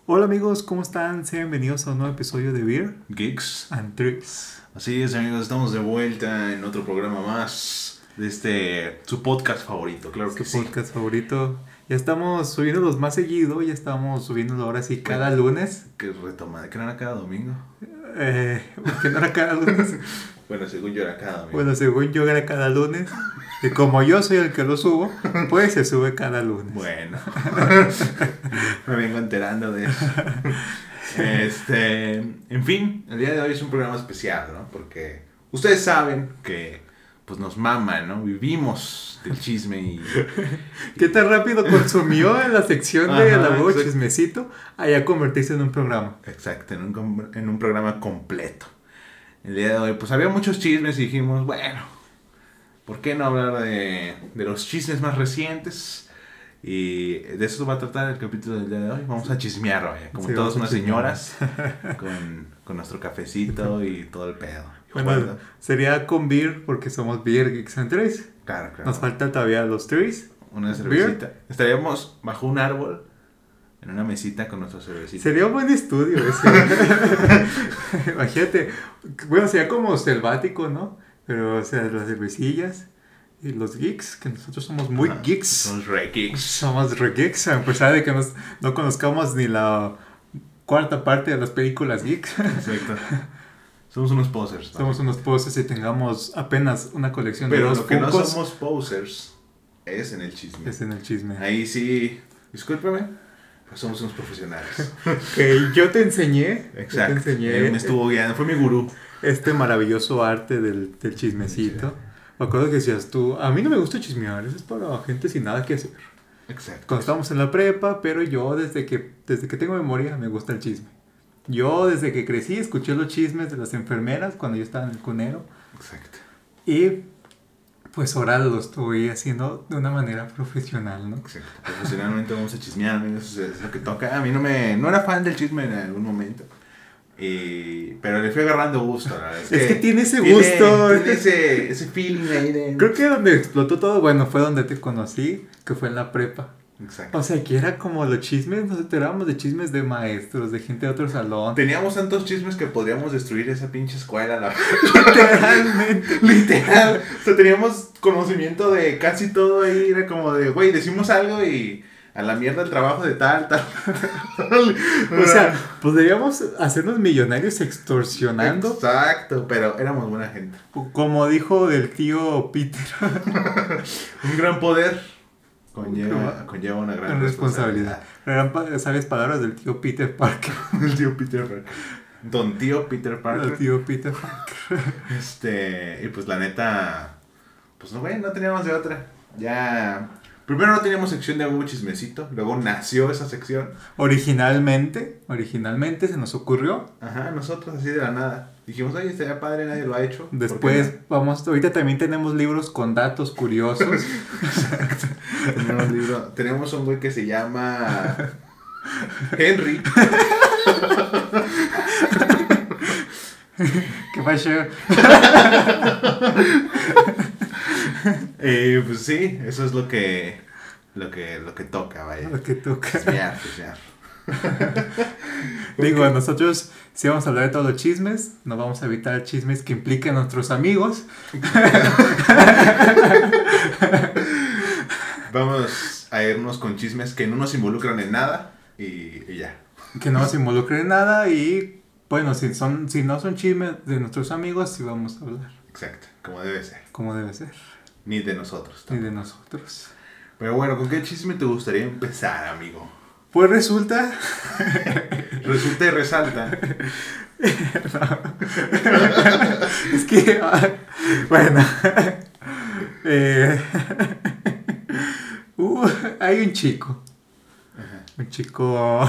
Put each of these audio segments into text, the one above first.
Hola amigos, ¿cómo están? Sean bienvenidos a un nuevo episodio de Beer Geeks. and Tricks. Así es, amigos, estamos de vuelta en otro programa más de su podcast favorito, claro que Su sí. podcast favorito. Ya estamos subiéndolos más seguido, ya estamos subiéndolo ahora sí cada lunes. Que retoma, que no era cada domingo. Que no era cada lunes. Bueno, según yo era cada domingo. Bueno, según yo era cada lunes. Y como yo soy el que lo subo, pues se sube cada lunes. Bueno, me vengo enterando de eso. En fin, el día de hoy es un programa especial, ¿no? Porque ustedes saben que pues nos mama, ¿no? Vivimos del chisme y... ¿Qué tan rápido consumió en la sección de Ajá, la huevo exacto. chismecito a ya convertirse en un programa? Exacto, en un programa completo. El día de hoy, pues había muchos chismes y dijimos, bueno, ¿por qué no hablar de los chismes más recientes? Y de eso va a tratar el capítulo del día de hoy. Vamos a chismear, vaya, como Sí, todas vamos a unas chismear. señoras, con nuestro cafecito y todo el pedo. Bueno, Jugando. sería con beer porque somos Beer Geeks and Tricks. Claro, claro. Nos falta todavía los trees. Una cervecita. Estaríamos bajo un árbol, en una mesita con nuestra cervecita. Sería un buen estudio ese. Imagínate. Bueno, sería como selvático, ¿no? Pero, o sea, las cervecillas y los geeks, que nosotros somos muy Ajá, geeks. Somos re geeks. Somos re geeks, a pesar de que no conozcamos ni la cuarta parte de las películas geeks. Exacto. Somos unos posers, ¿no? Somos unos poses y tengamos apenas una colección de Pero dos lo que no Funkos. somos posers es en el chisme. Es en el chisme. Ahí sí, discúlpame, pues somos unos profesionales. Que yo te enseñé. Exacto. Yo te enseñé Él me estuvo guiando, fue mi gurú. este maravilloso arte del chismecito. Me acuerdo que decías tú, a mí no me gusta chismear, eso es para gente sin nada que hacer. Exacto. Cuando estábamos en la prepa, pero yo desde que tengo memoria me gusta el chisme. Yo desde que crecí escuché los chismes de las enfermeras cuando yo estaba en el cunero. Exacto. Y pues ahora lo estoy haciendo de una manera profesional, ¿no? Exacto. Profesionalmente vamos a chismear, amigos, es lo que toca. A mí no era fan del chisme en algún momento. Pero le fui agarrando gusto, la verdad. Es que tiene ese gusto. Tiene ese feeling ahí de... Creo que donde explotó todo, bueno, fue donde te conocí, que fue en la prepa. Exacto. O sea, que era como los chismes, nos enterábamos de chismes de maestros, de gente de otro salón. Teníamos tantos chismes que podríamos destruir esa pinche escuela, la Literalmente. literal. O sea, teníamos conocimiento de casi todo ahí. Era como de, güey, decimos algo y a la mierda el trabajo de tal. O sea, podríamos hacernos millonarios extorsionando. Exacto, pero éramos buena gente. Como dijo del tío Peter. Un gran poder conlleva una gran responsabilidad. ¿Sabes palabras del tío Peter Parker? El tío Peter Parker. Don tío Peter Parker. El tío Peter Parker. Y pues la neta, pues no, güey, no teníamos de otra. Ya, primero no teníamos sección de huevo chismecito, luego nació esa sección. Originalmente se nos ocurrió. Ajá, nosotros así de la nada. Dijimos, oye, estaría padre, nadie lo ha hecho. ¿Por Después qué ahorita también tenemos libros con datos curiosos. no? Tenemos un güey que se llama Henry. ¿Qué pasó? Pues sí, eso es lo que toca, vaya. Lo que toca. Chismear. Digo, nosotros sí vamos a hablar de todos los chismes, no vamos a evitar chismes que impliquen a nuestros amigos. Vamos a irnos con chismes que no nos involucran en nada y ya. Que no nos involucren en nada y, bueno, si no son chismes de nuestros amigos, sí vamos a hablar. Exacto, como debe ser. Como debe ser. Ni de nosotros. Ni Tampoco. de nosotros. Pero bueno, ¿con qué chisme te gustaría empezar, amigo? Pues resulta... Resulta y resalta. Es que... bueno... hay un chico. Ajá. Un chico...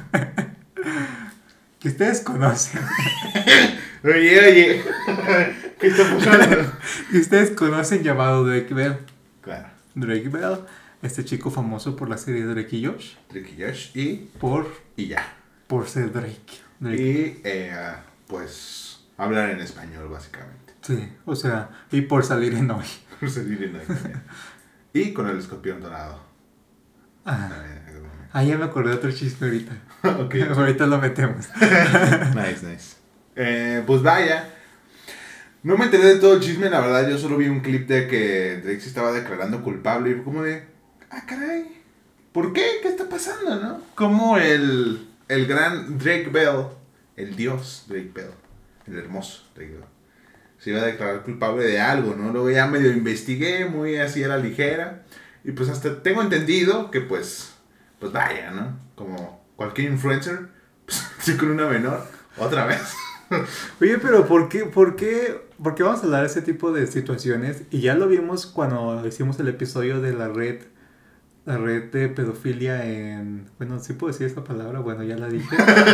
que ustedes conocen. Oye. ¿Qué está pasando? Que ustedes conocen llamado Drake Bell. Claro. Drake Bell. Este chico famoso por la serie Drake y Josh. Drake y Josh y ya. Por ser Drake. Y pues hablar en español, básicamente. Sí, o sea, y por salir en hoy. Por salir en la Y con el escorpión dorado. Ah, Ah, ya me acordé de otro chisme ahorita. Ok. Ahorita lo metemos. Nice, nice. Pues vaya. No me enteré de todo el chisme, la verdad. Yo solo vi un clip de que Drake se estaba declarando culpable. Y fue como de. Ah, caray. ¿Por qué? ¿Qué está pasando, no? Como el gran Drake Bell, el dios Drake Bell, el hermoso Drake Bell, se iba a declarar culpable de algo, ¿no? Luego ya medio investigué, muy así a la ligera. Y pues hasta tengo entendido que pues vaya, ¿no? Como cualquier influencer, pues sí con una menor, otra vez. Oye, pero ¿por qué vamos a hablar de ese tipo de situaciones? Y ya lo vimos cuando hicimos el episodio de la red de pedofilia en... Bueno, ¿sí puedo decir esa palabra? Bueno, ya la dije.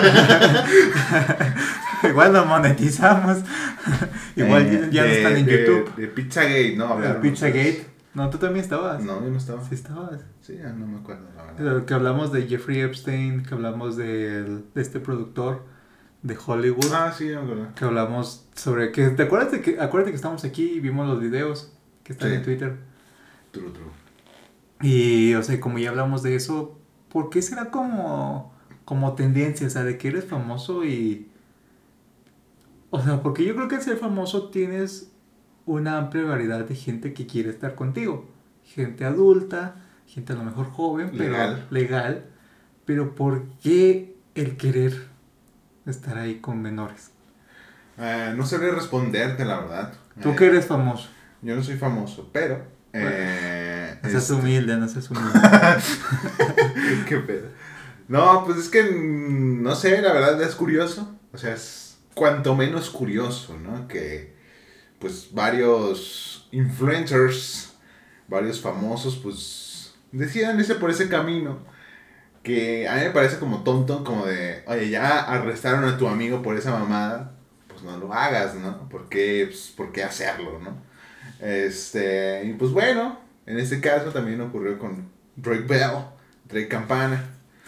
Igual lo monetizamos. Igual ya no están en YouTube. De Pizzagate, ¿no? Hablaron Pizzagate. No, tú también estabas. No, yo no estaba. Sí estabas. Sí, ya no me acuerdo, la verdad. Que hablamos de Jeffrey Epstein, que hablamos de este productor de Hollywood. Ah, sí, ya me acuerdo. Que hablamos sobre que... Acuérdate que estamos aquí y vimos los videos que están en Twitter. True. Y, o sea, como ya hablamos de eso, ¿por qué será como tendencia? O sea, de que eres famoso y... O sea, porque yo creo que al ser famoso tienes una amplia variedad de gente que quiere estar contigo. Gente adulta, gente a lo mejor joven, pero legal. Pero ¿por qué el querer estar ahí con menores? No sabría responderte, la verdad. ¿Tú que eres famoso? Yo no soy famoso, pero... No seas humilde, no seas humilde. Qué pedo. No, pues es que, no sé, la verdad es curioso. O sea, es cuanto menos curioso, ¿no? Que, pues, varios influencers, varios famosos, pues, decidan irse por ese camino. Que a mí me parece como tonto, como de, oye, ya arrestaron a tu amigo por esa mamada, pues no lo hagas, ¿no? ¿Por qué hacerlo, no? Y pues bueno, en este caso también ocurrió con Drake Bell, Drake Campana.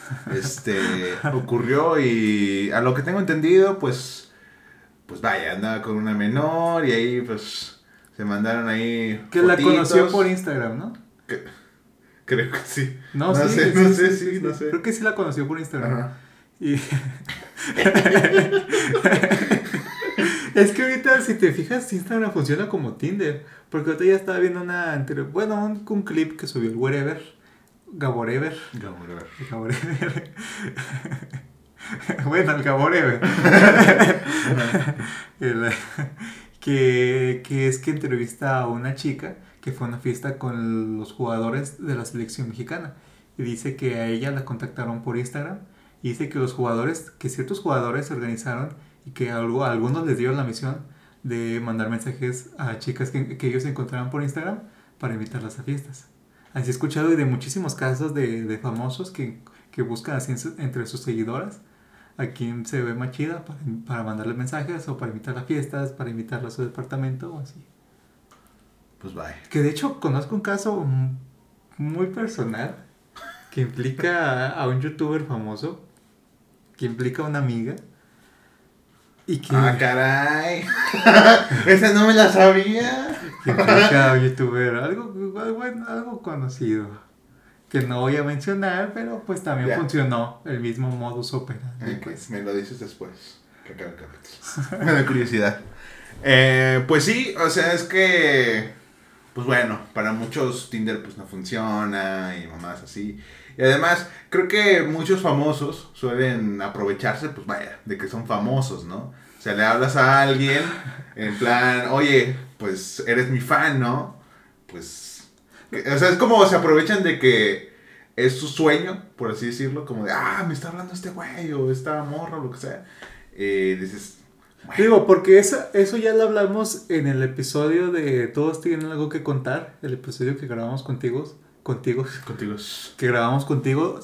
Ocurrió y a lo que tengo entendido, pues vaya, andaba con una menor y ahí pues se mandaron ahí que fotitos. La conoció por Instagram, ¿no? Creo que sí. No sé. Creo que sí la conoció por Instagram. Ajá. Y... Es que ahorita, si te fijas, Instagram funciona como Tinder. Porque ahorita ya estaba viendo un clip que subió el Gaborever. Bueno, el Gaborever. que es que entrevista a una chica que fue a una fiesta con los jugadores de la selección mexicana. Y dice que a ella la contactaron por Instagram. Y dice que ciertos jugadores se organizaron y que a algunos les dieron la misión de mandar mensajes a chicas que ellos encontraran por Instagram para invitarlas a fiestas. Así he escuchado de muchísimos casos de famosos que buscan así entre sus seguidoras a quien se ve más chida para mandarle mensajes o para invitarla a fiestas, para invitarla a su departamento o así. Pues vaya. Que de hecho conozco un caso muy personal que implica a un youtuber famoso, que implica a una amiga. Y que... ¡Ah, caray! ¡Esa no me la sabía! Que implica a un youtuber, algo conocido, que no voy a mencionar, pero pues también funcionó el mismo modus operandi. Pues. Me lo dices después, que acabe el capítulo. Me da curiosidad. Pues sí, o sea, es que... Pues bueno, para muchos Tinder pues no funciona y mamás así. Y además, creo que muchos famosos suelen aprovecharse, pues vaya, de que son famosos, ¿no? O sea, le hablas a alguien en plan, oye, pues eres mi fan, ¿no? Pues, o sea, es como se aprovechan de que es su sueño, por así decirlo, como de, me está hablando este güey o esta morra o lo que sea. Dices... Bueno. Digo, porque eso ya lo hablamos en el episodio de Todos tienen algo que contar, el episodio que grabamos contigo. Que grabamos contigo.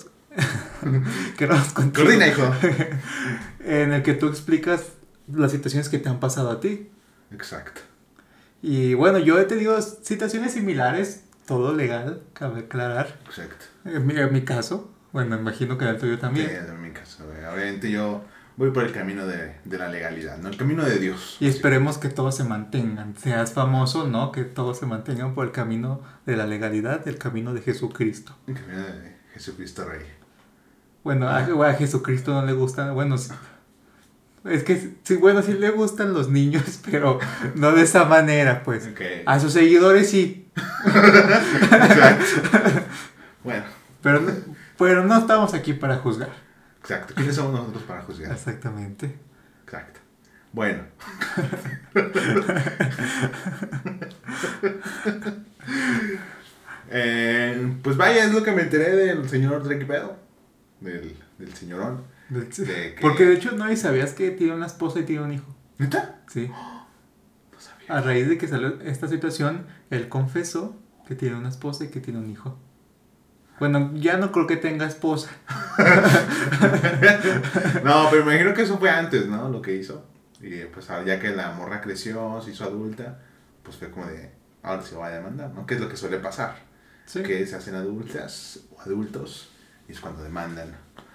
Coordina, hijo. En el que tú explicas las situaciones que te han pasado a ti. Exacto. Y bueno, yo he tenido situaciones similares, todo legal, cabe aclarar. Exacto. En mi caso, bueno, imagino que en el tuyo también. Sí, en mi caso. Obviamente yo voy por el camino de la legalidad, ¿no? El camino de Dios. Y esperemos que todos se mantengan. Seas famoso, ¿no? Que todos se mantengan por el camino de la legalidad, el camino de Jesucristo. El camino de Jesucristo Rey. Bueno, a Jesucristo no le gustan, bueno, es que sí, bueno, sí le gustan los niños, pero no de esa manera, pues. Okay. A sus seguidores sí. Exacto. Bueno. Pero no estamos aquí para juzgar. Exacto. ¿Quiénes somos nosotros para juzgar? Exactamente. Exacto. Bueno. Pues vaya, es lo que me enteré del señor Drake Bell. Del señorón. Porque de hecho no sabías que tiene una esposa y tiene un hijo. ¿Neta? Sí. No sabía. A raíz de que salió esta situación, él confesó que tiene una esposa y que tiene un hijo. Bueno, ya no creo que tenga esposa. No, pero me imagino que eso fue antes, ¿no? Lo que hizo. Y pues ya que la morra creció, se hizo adulta, pues fue como de, ahora se va a demandar, ¿no? Que es lo que suele pasar. Sí. Que se hacen adultas o adultos y es cuando demandan.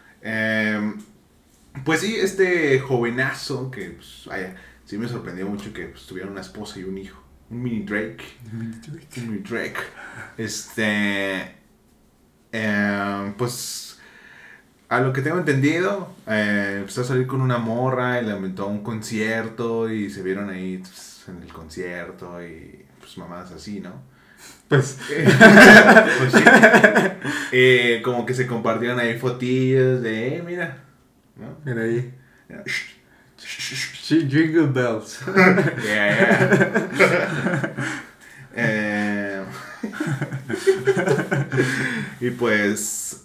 Pues sí, este jovenazo que, pues, vaya, sí me sorprendió mucho que pues, tuviera una esposa y un hijo. Un mini Drake. Un mini Drake. Pues a lo que tengo entendido, empezó a salir con una morra y le inventó un concierto y se vieron ahí pues, en el concierto y pues mamadas así, ¿no? Pues Pues sí. Como que se compartieron ahí fotillos de, mira, ¿no? mira ahí. Jingle bells. Yeah. Y pues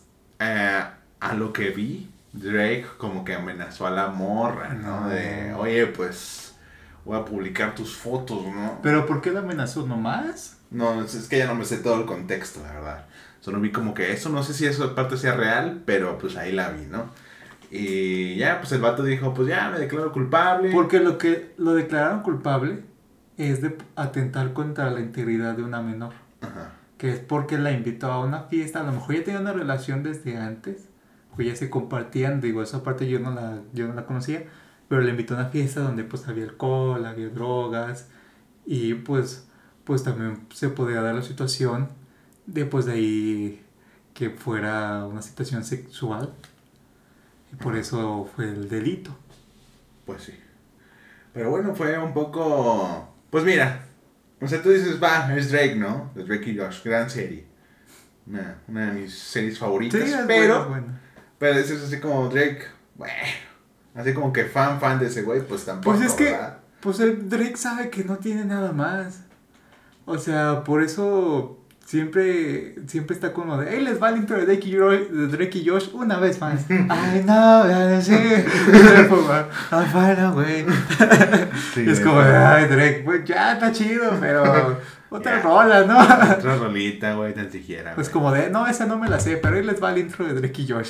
a lo que vi, Drake como que amenazó a la morra, ¿no? De, oye, pues voy a publicar tus fotos, ¿no? ¿Pero por qué la amenazó nomás? No, es que ya no me sé todo el contexto, la verdad. Solo vi como que eso, no sé si eso parte sea real, pero pues ahí la vi, ¿no? Y ya, pues el vato dijo, pues ya, me declaro culpable. Porque lo que lo declararon culpable es de atentar contra la integridad de una menor. Ajá. Que es porque la invitó a una fiesta, a lo mejor ya tenía una relación desde antes, pues ya se compartían, digo, esa parte yo no la conocía, pero le invitó a una fiesta donde pues había alcohol, había drogas, y pues también se podía dar la situación de pues de ahí que fuera una situación sexual, y por eso fue el delito. Pues sí. Pero bueno, fue un poco... Pues mira, o sea, tú dices, va, es Drake, ¿no? Es Drake y Josh, gran serie. Una de mis series favoritas, Sí, pero... bueno. Pero eso es así como Drake, bueno, así como que fan de ese güey, pues tampoco, Pues es que, ¿verdad? pues el Drake sabe que no tiene nada más. O sea, por eso siempre está con lo de, hey, les va el intro de Drake y Josh una vez más. Ay, no, ya no sé. Ay, bueno, güey. Sí, Es como, ay, Drake, pues ya está chido, pero otra rola, ¿no? Otra rolita, güey, tan siquiera. Pues güey. como de, no, esa no me la sé, pero ahí les va el intro de Drake y Josh.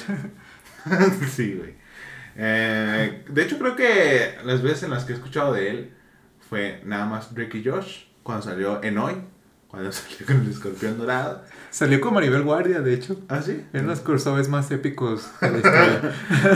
Sí, güey. De hecho, creo que las veces en las que he escuchado de él fue nada más Drake y Josh, cuando salió en Hoy, cuando salió con el escorpión dorado. Salió con Maribel Guardia, de hecho. ¿Ah, sí? En los crossovers más épicos de la historia.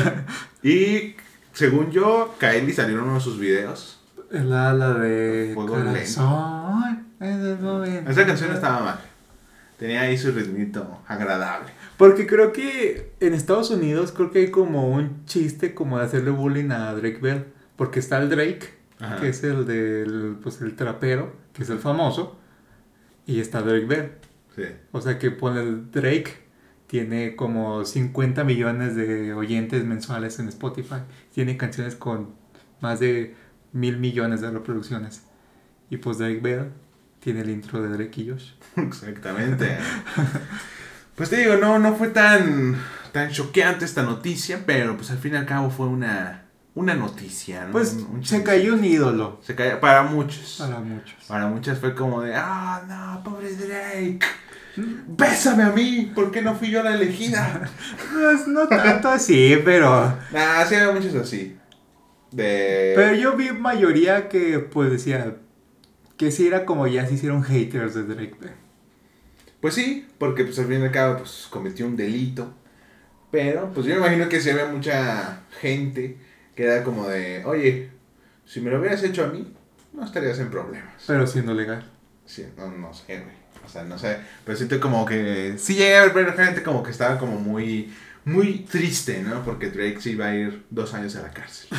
Y según yo, Kylie salió en uno de sus videos. Es la de Fuego Corazón, en el momento. Esa canción estaba mal. Tenía ahí su ritmito agradable. Porque creo que en Estados Unidos creo que hay como un chiste como de hacerle bullying a Drake Bell. Porque está el Drake, Ajá. que es el del, pues el trapero, que es el famoso. Y está Drake Bell. Sí. O sea que pone el Drake, tiene como 50 millones de oyentes mensuales en Spotify. Tiene canciones con más de 1,000 millones de reproducciones. Y pues Drake Bell tiene el intro de Drake y Josh. Exactamente. Pues te digo, no fue tan choqueante esta noticia, pero pues al fin y al cabo fue una noticia, ¿no? Pues Un se cayó un ídolo. Se cayó para muchos. Para muchos. Para muchas fue como de, no, pobre Drake. Bésame a mí, ¿por qué no fui yo la elegida? Pues no tanto así, pero... Nah, sí había muchos así. Pero yo vi mayoría que pues decía que sí era como ya se hicieron haters de Drake. Pues sí, porque pues al fin y al cabo pues cometió un delito. Pero pues yo me imagino que sí había mucha gente que era como de, oye, si me lo hubieras hecho a mí, no estarías en problemas. Pero siendo legal. Sí, no sé, güey. O sea, no sé. Pero siento como que sí llegué a ver gente como que estaba como muy muy triste, ¿no? Porque Drake se iba a ir 2 años a la cárcel.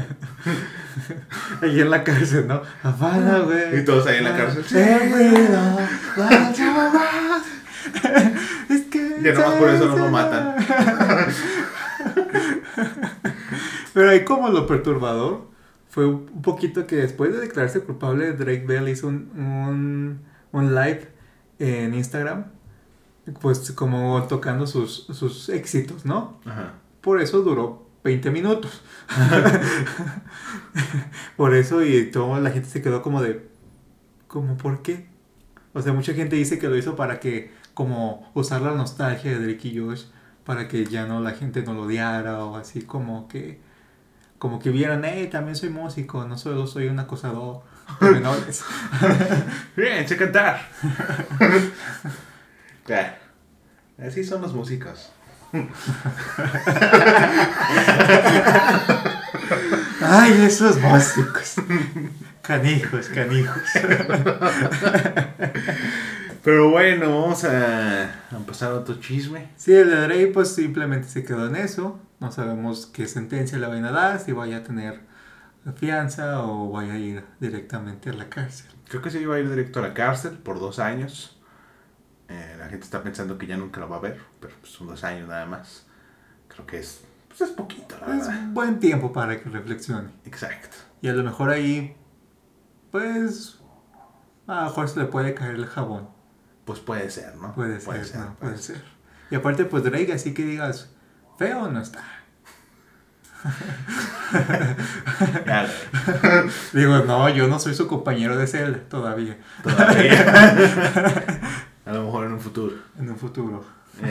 Ahí en la cárcel, ¿no? Havana, güey. Y todos ahí en la cárcel. Es que... Ya nomás por eso no lo matan. Pero ahí como lo perturbador fue un poquito que después de declararse culpable, Drake Bell hizo un live en Instagram, pues como tocando sus éxitos, ¿no? Ajá. Por eso duró 20 minutos. Por eso, y toda la gente se quedó como de, ¿cómo por qué? O sea, mucha gente dice que lo hizo para que, como usar la nostalgia de Drake y Josh, para que ya no la gente no lo odiara, o así como que vieran, también soy músico, no solo soy un acosador de menores. Bien, sé cantar. Claro. Así son los músicos. Ay, esos músicos. Canijos. Pero bueno, vamos a pasar a otro chisme. Sí, el de Drake pues simplemente se quedó en eso. No sabemos qué sentencia le van a dar, si vaya a tener fianza o vaya a ir directamente a la cárcel. Creo que se iba a ir directo a la cárcel por 2 años. La gente está pensando que ya nunca lo va a ver, pero pues son 2 años nada más. Creo que es poquito, la Es verdad. un buen tiempo para que reflexione. Exacto. Y a lo mejor ahí, pues, a lo mejor se le puede caer el jabón. Pues puede ser, ¿no? Puede ser. Y aparte, pues Drake, así que digas, feo no está. Ya, Digo, no, yo no soy su compañero de celda todavía. todavía. A lo mejor en un futuro. En un futuro.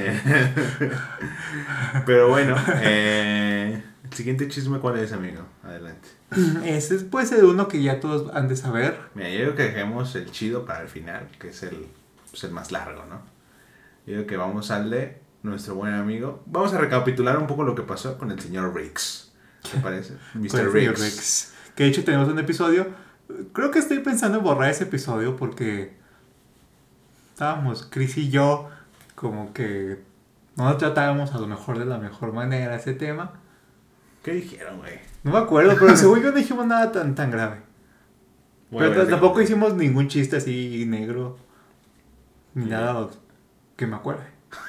Pero bueno, el siguiente chisme, ¿cuál es, amigo? Adelante. Ese es pues el uno que ya todos han de saber. Mira, yo creo que dejemos el chido para el final, que es el más largo, ¿no? Yo creo que vamos al de nuestro buen amigo. Vamos a recapitular un poco lo que pasó con el señor Riggs. ¿Te parece? Mr. Riggs. Que de hecho tenemos un episodio. Creo que estoy pensando en borrar ese episodio porque estábamos, Chris y yo, como que no lo tratábamos a lo mejor de la mejor manera ese tema. ¿Qué dijeron, güey? No me acuerdo, pero según yo no dijimos nada tan grave. Bueno, Pero tampoco hicimos ningún chiste así negro. Ni nada que me acuerde.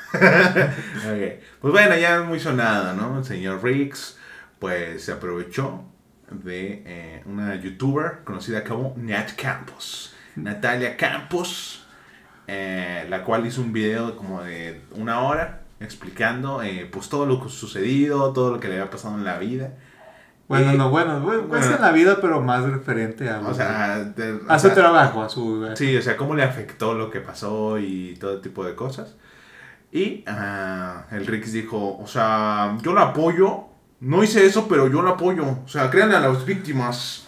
Okay. Pues bueno, ya muy sonado, ¿no? El señor Riggs, pues se aprovechó de una youtuber conocida como Nat Campos. Natalia Campos, la cual hizo un video como de 1 hora explicando pues todo lo sucedido, todo lo que le había pasado en la vida. Bueno, pues en la vida, pero más referente a, o sea, a su trabajo, a su... Sí, o sea, cómo le afectó lo que pasó y todo tipo de cosas. Y el Riggs dijo, o sea, yo la apoyo, no hice eso, pero yo la apoyo. O sea, créanle a las víctimas.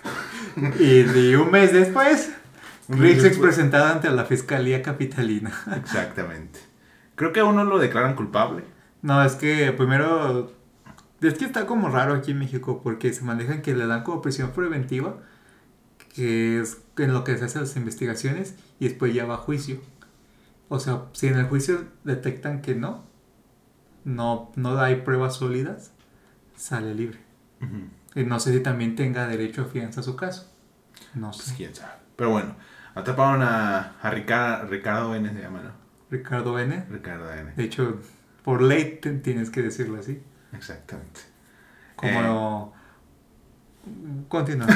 Y de un mes después, Riggs es presentado ante la Fiscalía Capitalina. Exactamente. Creo que a uno lo declaran culpable. No, es que primero... Es que está como raro aquí en México porque se manejan que le dan como prisión preventiva, que es en lo que se hacen las investigaciones, y después ya va a juicio. O sea, si en el juicio detectan que no hay pruebas sólidas, sale libre. Uh-huh. Y no sé si también tenga derecho a fianza a su caso. No sé. Pues quién sabe. Pero bueno, atraparon a Ricardo N. se llama, ¿no? Ricardo N. Ricardo N. De hecho, por ley tienes que decirlo así. Exactamente. Como... Continúa.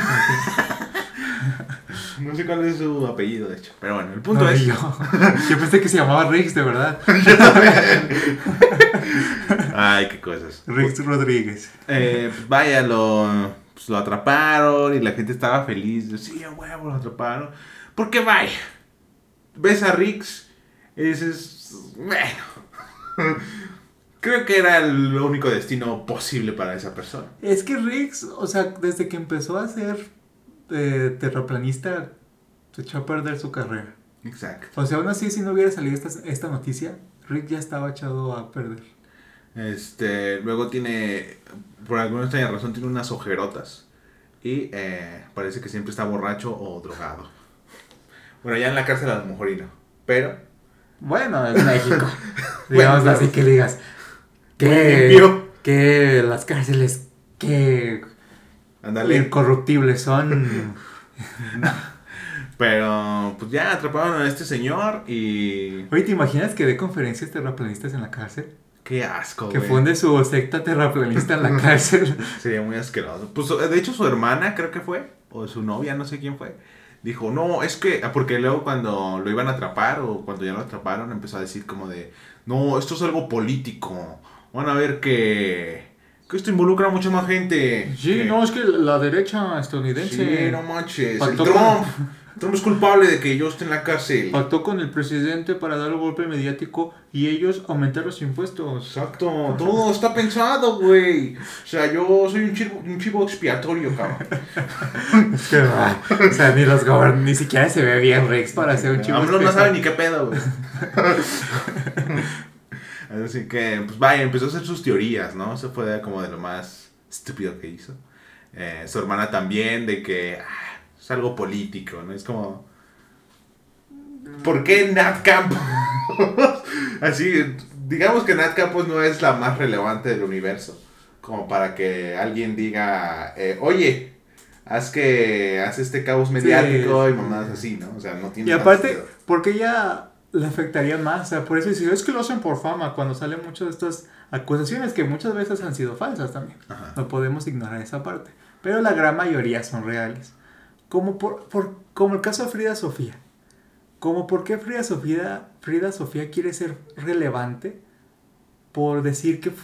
No sé cuál es su apellido, de hecho. Pero bueno, el punto es... Yo pensé que se llamaba Riggs, de verdad. Yo también. Ay, qué cosas. Riggs Rodríguez. Pues vaya, lo atraparon y la gente estaba feliz. Sí, a huevo, lo atraparon. Porque vaya, ves a Riggs y dices, bueno, creo que era el único destino posible para esa persona. Es que Riggs, o sea, desde que empezó a ser terraplanista, se echó a perder su carrera. Exacto. O sea, aún así, si no hubiera salido esta noticia, Rick ya estaba echado a perder. Luego tiene, por alguna extraña razón, tiene unas ojerotas. Y parece que siempre está borracho o drogado. Bueno, ya en la cárcel a lo mejor y no. Pero... Bueno, es México. Digamos así que digas. limpio. Que las cárceles, que Ándale. incorruptibles son. Pero, pues ya atraparon a este señor y... Oye, ¿te imaginas que dé conferencias terraplanistas en la cárcel? Qué asco, Que güey. funde su secta terraplanista en la cárcel. Sería muy asqueroso. Pues, de hecho, su hermana, creo que fue, o su novia, no sé quién fue, dijo, no, es que... Porque luego cuando lo iban a atrapar, o cuando ya lo atraparon, empezó a decir como de, no, esto es algo político. Van a ver que esto involucra a mucha más gente. Sí, que... no, es que la derecha estadounidense Sí, no manches. El pactó Trump. Trump es culpable de que yo esté en la cárcel. pactó con el presidente para dar el golpe mediático y ellos aumentar los impuestos. Exacto, todo está pensado, güey. O sea, yo soy un chivo expiatorio, cabrón. Es que, o sea, ni siquiera se ve bien Rex para hacer un chivo. AMLO no especial. sabe ni qué pedo, güey. Así que, pues vaya, empezó a hacer sus teorías, ¿no? Eso fue como de lo más estúpido que hizo. Su hermana también, de que es algo político, ¿no? Es como, ¿por qué Nat Campos? Así, digamos que Nat Campos no es la más relevante del universo. Como para que alguien diga, oye, haz este caos mediático Sí. y mamadas así, ¿no? O sea, no tiene Y tanto aparte, sentido. porque ella le afectaría más, o sea, por eso dice, es que lo hacen por fama, cuando salen muchas de estas acusaciones que muchas veces han sido falsas también. Ajá. No podemos ignorar esa parte. Pero la gran mayoría son reales. Como el caso de Frida Sofía. Como por qué Frida Sofía quiere ser relevante por decir que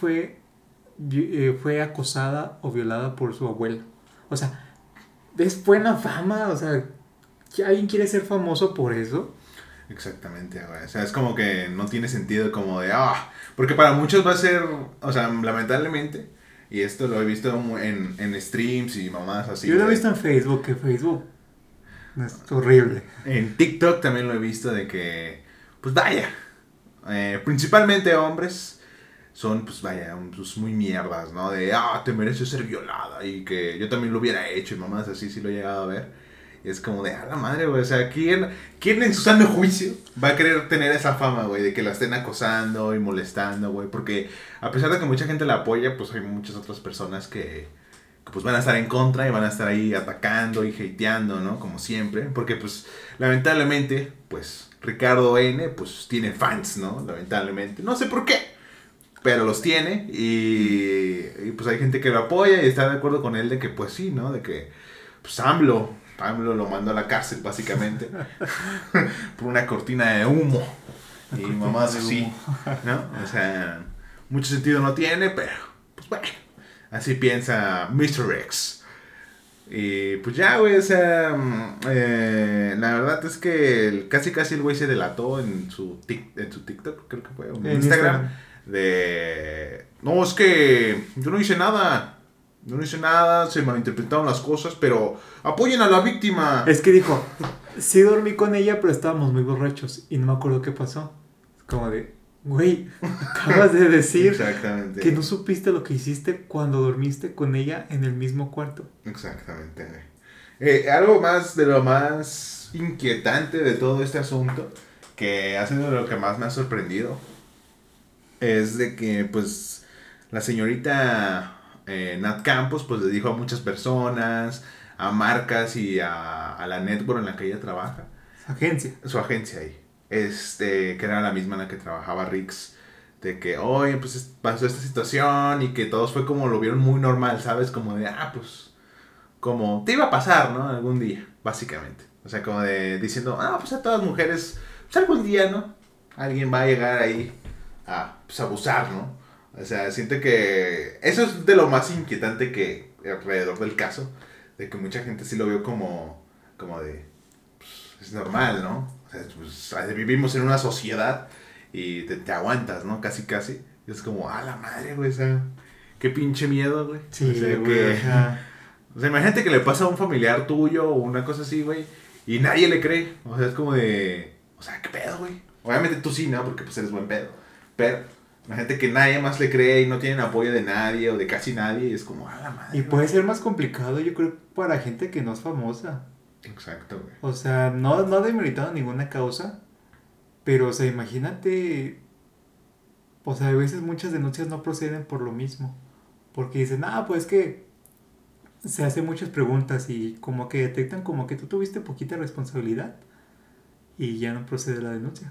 fue acosada o violada por su abuela. O sea, es buena fama, o sea, ¿que alguien quiere ser famoso por eso? Exactamente, güey. O sea, es como que no tiene sentido como de, porque para muchos va a ser, o sea, lamentablemente, y esto lo he visto en streams y mamadas así. Yo lo he güey. visto en Facebook, que Facebook es horrible. En TikTok también lo he visto de que, pues vaya, principalmente hombres son, pues vaya, pues, muy mierdas, ¿no? De, te mereces ser violada y que yo también lo hubiera hecho y mamadas así, sí lo he llegado a ver. Y es como de, la madre, güey, o sea, ¿quién en su sano juicio va a querer tener esa fama, güey, de que la estén acosando y molestando, güey? Porque a pesar de que mucha gente la apoya, pues hay muchas otras personas que pues van a estar en contra y van a estar ahí atacando y hateando, ¿no? Como siempre. Porque, pues, lamentablemente, pues, Ricardo N., pues, tiene fans, ¿no? Lamentablemente. No sé por qué, pero los tiene y pues hay gente que lo apoya y está de acuerdo con él de que, pues, sí, ¿no? De que, pues, AMLO lo mandó a la cárcel, básicamente, por una cortina de humo. Y mamás así, ¿no? O sea, mucho sentido no tiene, pero, pues, bueno. Así piensa Mr. X. Y pues ya, güey, o sea, la verdad es que casi el güey se delató en su TikTok, creo que fue, o en Instagram, de, no, es que yo no hice nada, se malinterpretaron las cosas, pero apoyen a la víctima. Es que dijo, sí dormí con ella, pero estábamos muy borrachos y no me acuerdo qué pasó. Es como de, güey, acabas de decir Exactamente. que no supiste lo que hiciste cuando dormiste con ella en el mismo cuarto. Exactamente, güey. Algo más de lo más inquietante de todo este asunto, que ha sido lo que más me ha sorprendido, es de que, pues, la señorita Nat Campos, pues, le dijo a muchas personas, a marcas y a la network en la que ella trabaja. Su agencia ahí. Que era la misma en la que trabajaba Rix. De que, oye, pues pasó esta situación y que todos fue como lo vieron muy normal, ¿sabes? Como de, pues, como te iba a pasar, ¿no? Algún día, básicamente. O sea, como de diciendo, pues a todas mujeres, pues algún día, ¿no? Alguien va a llegar ahí a, pues, abusar, ¿no? O sea, siento que eso es de lo más inquietante que alrededor del caso. De que mucha gente sí lo vio como de, pues, es normal, ¿no? O sea, pues, vivimos en una sociedad y te aguantas, ¿no? Casi. Y es como, la madre, güey, o sea, qué pinche miedo, güey. Sí, o sea, güey, o sea, imagínate que le pasa a un familiar tuyo o una cosa así, güey, y nadie le cree. O sea, es como de, o sea, ¿qué pedo, güey? Obviamente tú sí, ¿no? Porque pues eres buen pedo. Pero imagínate que nadie más le cree y no tienen apoyo de nadie o de casi nadie y es como, la madre. Y puede ser más complicado, yo creo, para gente que no es famosa. Exacto, güey. O sea, no demeritando ninguna causa, pero, o sea, imagínate O sea, a veces muchas denuncias no proceden por lo mismo. Porque dicen, pues que se hacen muchas preguntas y como que detectan como que tú tuviste poquita responsabilidad y ya no procede la denuncia.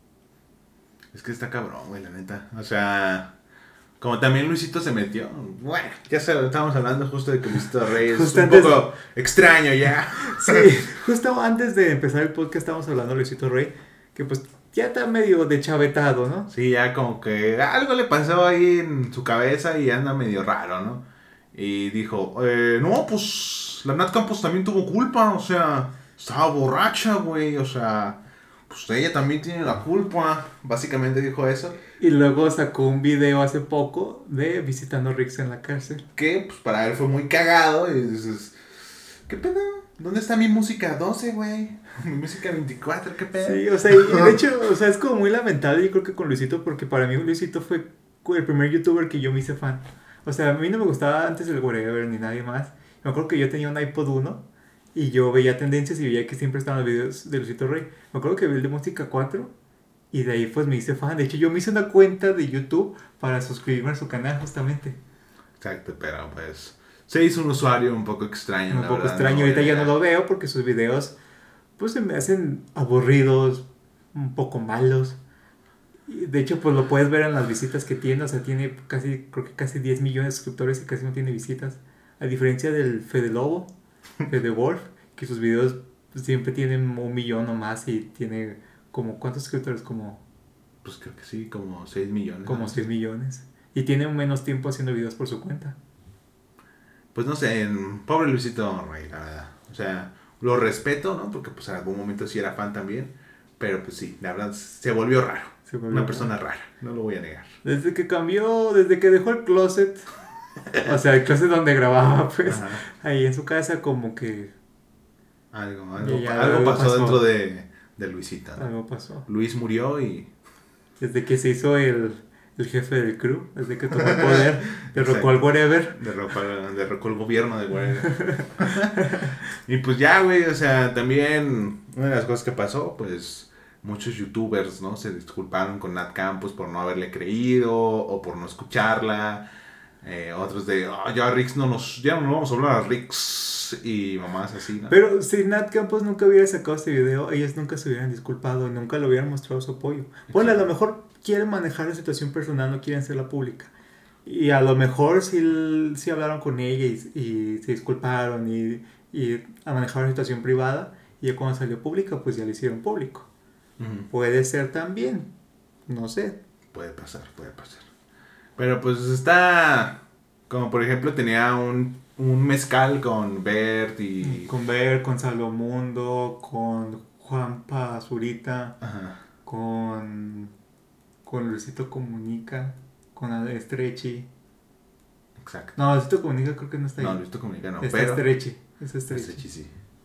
Es que está cabrón, güey, la neta. O sea, como también Luisito se metió. Bueno, estábamos hablando justo de que Luisito Rey es Justo un antes- poco extraño ya. Sí, justo antes de empezar el podcast estábamos hablando de Luisito Rey, que pues ya está medio deschavetado, ¿no? Sí, ya como que algo le pasó ahí en su cabeza y anda medio raro, ¿no? Y dijo, no, pues la Nat Campos también tuvo culpa, o sea, estaba borracha, güey, o sea, pues ella también tiene la culpa. Básicamente dijo eso. Y luego sacó un video hace poco de visitando a Rix en la cárcel. Que pues para él fue muy cagado y dices, ¿qué pedo? ¿Dónde está mi música 12, güey? Mi música 24, ¿qué pedo? Sí, o sea, y de hecho, o sea, es como muy lamentable yo creo que con Luisito, porque para mí Luisito fue el primer youtuber que yo me hice fan. O sea, a mí no me gustaba antes el Wherever ni nadie más. Me acuerdo que yo tenía un iPod 1 y yo veía tendencias y veía que siempre estaban los videos de Luisito Rey. Me acuerdo que vi el de Música 4 y de ahí pues me hice fan. De hecho, yo me hice una cuenta de YouTube para suscribirme a su canal justamente. Exacto, pero pues se hizo un usuario un poco extraño. Un la poco verdad, extraño, no ahorita voy a ya no negar. lo veo porque sus videos pues se me hacen aburridos, un poco malos. Y de hecho, pues lo puedes ver en las visitas que tiene, o sea, tiene casi, creo que casi 10 millones de suscriptores y casi no tiene visitas. A diferencia del Fede Lobo, Fede Wolf, que sus videos pues, siempre tienen 1 millón o más y tiene como, ¿cuántos suscriptores? Pues creo que sí, como 6 millones. Como ¿no? 6 millones. Y tiene menos tiempo haciendo videos por su cuenta. Pues no sé, pobre Luisito Rey, la verdad. O sea, lo respeto, ¿no? Porque pues en algún momento sí era fan también. Pero pues sí, la verdad se volvió raro. Se volvió Una raro. persona rara, no lo voy a negar. Desde que cambió, desde que dejó el closet, o sea, el closet donde grababa, pues, Ajá. ahí en su casa como que Algo Ya, algo algo pasó, pasó. dentro de Luisito, ¿no? algo pasó. Luis murió y... Desde que se hizo el jefe del crew, desde que tomó el poder, derrocó Exacto. al Whatever. derrocó el gobierno de güey. Y pues ya, güey, o sea, también una de las cosas que pasó, pues muchos youtubers, ¿no? Se disculparon con Nat Campos por no haberle creído o por no escucharla. Otros de, ya a Rix ya no vamos a hablar a Rix y mamás así, ¿no? Pero si Nat Campos nunca hubiera sacado este video, ellos nunca se hubieran disculpado y nunca le hubieran mostrado su apoyo. Bueno, a lo mejor quieren manejar la situación personal, no quieren hacerla pública. Y a lo mejor sí hablaron con ella y se disculparon y manejaron la situación privada. Y ya cuando salió pública, pues ya lo hicieron público. Ujú. Puede ser también, no sé. Puede pasar. Pero pues está... Como por ejemplo tenía un mezcal con Bert y... Con Ver, con Salomundo, con Juanpa Zurita, Ajá. con Luisito Comunica, con Estrechi. Exacto. No, Luisito Comunica creo que no está ahí. No, Luisito Comunica no, Está pero... Estrechi. Es Estrechi. Estrechi, sí.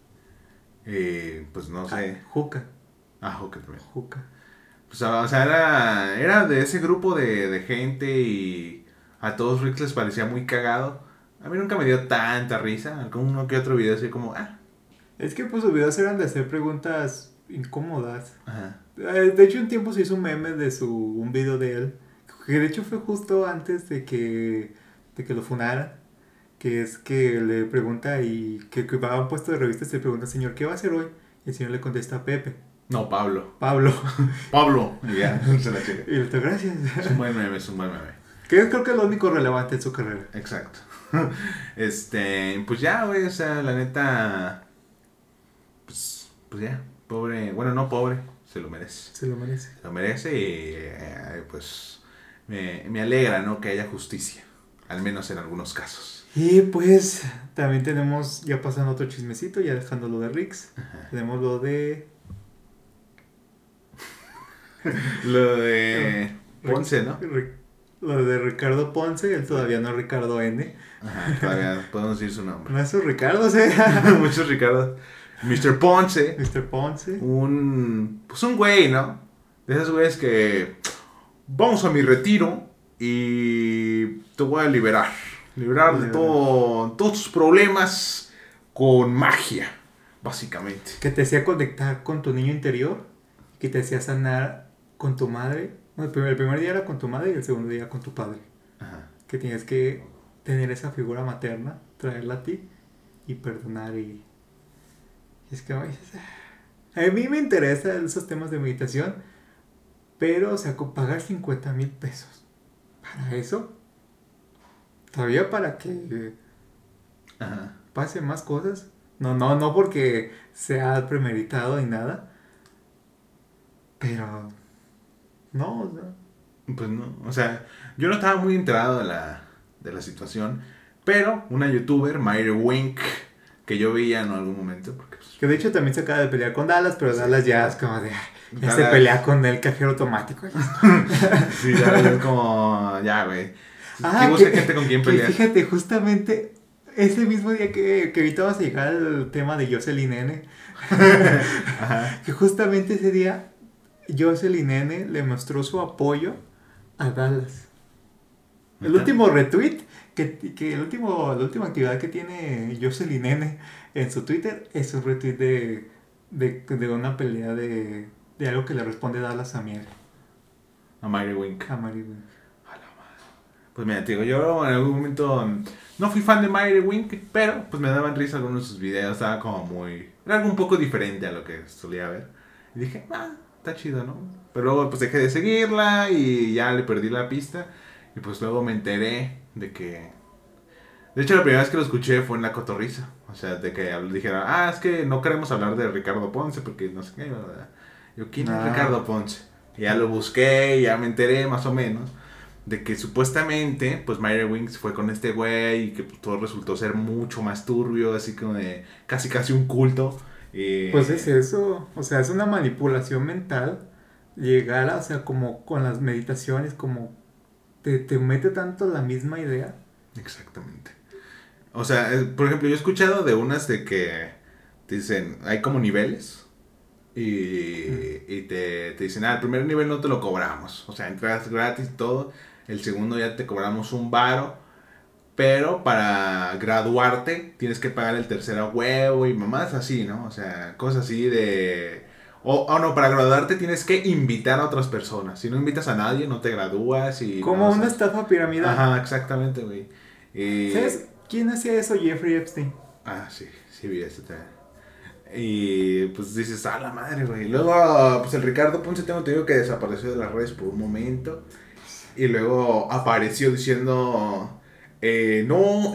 Pues no sé. Juca. Ok, también. Juca. Pues, o sea, era de ese grupo de gente y a todos Rix les parecía muy cagado. A mí nunca me dio tanta risa. Alguno que otro video así como, Es que pues sus videos eran de hacer preguntas incómodas. ajá. De hecho, un tiempo se hizo un meme de un video de él. Que de hecho fue justo antes de que lo funaran. Que es que le pregunta y que va a un puesto de revistas y le pregunta, señor, ¿qué va a hacer hoy? Y el señor le contesta, Pepe, No, Pablo. Pablo. Y ya, se la checa. Y le dice, gracias. Es un buen meme. Que creo que es lo único relevante en su carrera. Exacto. Pues ya, güey, o sea, la neta... Pues ya, pobre... Bueno, no pobre, se lo merece. Se lo merece. Se lo merece y pues me alegra, ¿no? Que haya justicia. Al menos en algunos casos. Y pues también tenemos, ya pasando otro chismecito, ya dejando lo de Rix. Ajá. Tenemos lo de... Lo de Ponce, ¿no? Lo de Ricardo Ponce, él todavía no es Ricardo N. Ajá, todavía podemos decir su nombre. No es su Ricardo, o sea. Muchos Ricardo. Mr. Ponce. Mr. Ponce. Pues un güey, ¿no? De esos güeyes que... Vamos a mi retiro y te voy a liberar. Liberar de todos tus problemas con magia, básicamente. Que te hacía conectar con tu niño interior, que te hacía sanar con tu madre Bueno, el primer día era con tu madre y el segundo día con tu padre. Ajá. Que tienes que tener esa figura materna, traerla a ti y perdonar. Y es que a mí me interesan esos temas de meditación, pero, o sea, con pagar 50,000 pesos para eso, todavía para que Ajá. pasen más cosas. No porque sea premeditado ni nada, pero no, o sea, Pues no, o sea, yo no estaba muy enterado de la situación, pero una youtuber, Mayre Wink, que yo veía en algún momento, porque pues, que de hecho también se acaba de pelear con Dallas, pero sí, Dallas ya es como de, ya se Dallas, pelea con el cajero automático. sí, ya es como, ya, güey, que Ah, busca gente con quien que pelear. fíjate, justamente ese mismo día que ahorita vas a llegar al tema de Jocelyn N, Ajá, que justamente ese día Jocelyn N le mostró su apoyo a Dallas. El ¿neta? último retweet, la última actividad que tiene Jocelyn N en su Twitter es un retweet de una pelea de algo que le responde Dallas a Miel, A Mayre Wink. a Mary. Pues mira, te digo, yo en algún momento no fui fan de Mayre Wink, pero pues me daban risa algunos de sus videos, estaba como muy... Era algo un poco diferente a lo que solía ver. Y dije, está chido, ¿no? Pero luego pues dejé de seguirla y ya le perdí la pista. Y pues luego me enteré de que... De hecho, la primera vez que lo escuché fue en La Cotorrisa. O sea, de que dijeron, es que no queremos hablar de Ricardo Ponce porque no sé qué, ¿verdad? Yo, ¿quién es Ah, Ricardo Ponce? Y ya lo busqué y ya me enteré más o menos de que supuestamente, pues Mayre Wings fue con este güey y que pues, todo resultó ser mucho más turbio, así como de casi un culto. pues es eso, o sea, es una manipulación mental llegar a, o sea, como con las meditaciones, como te mete tanto la misma idea. Exactamente. O sea, por ejemplo, yo he escuchado de unas de que te dicen, hay como niveles Mm. y te dicen, el primer nivel no te lo cobramos, o sea, entras gratis y todo, el segundo ya te cobramos un varo. Pero para graduarte tienes que pagar el tercer a huevo y mamás así, ¿no? O sea, cosas así de... O no, para graduarte tienes que invitar a otras personas. Si no invitas a nadie, no te gradúas y no, Como o una sea... estafa piramidal. Ajá, exactamente, güey. Y... ¿Sabes quién hacía eso? Jeffrey Epstein. Sí, sí vi eso también. Y pues dices, la madre, güey. Luego, pues el Ricardo Ponce tengo entendido que desapareció de las redes por un momento. Y luego apareció diciendo, no,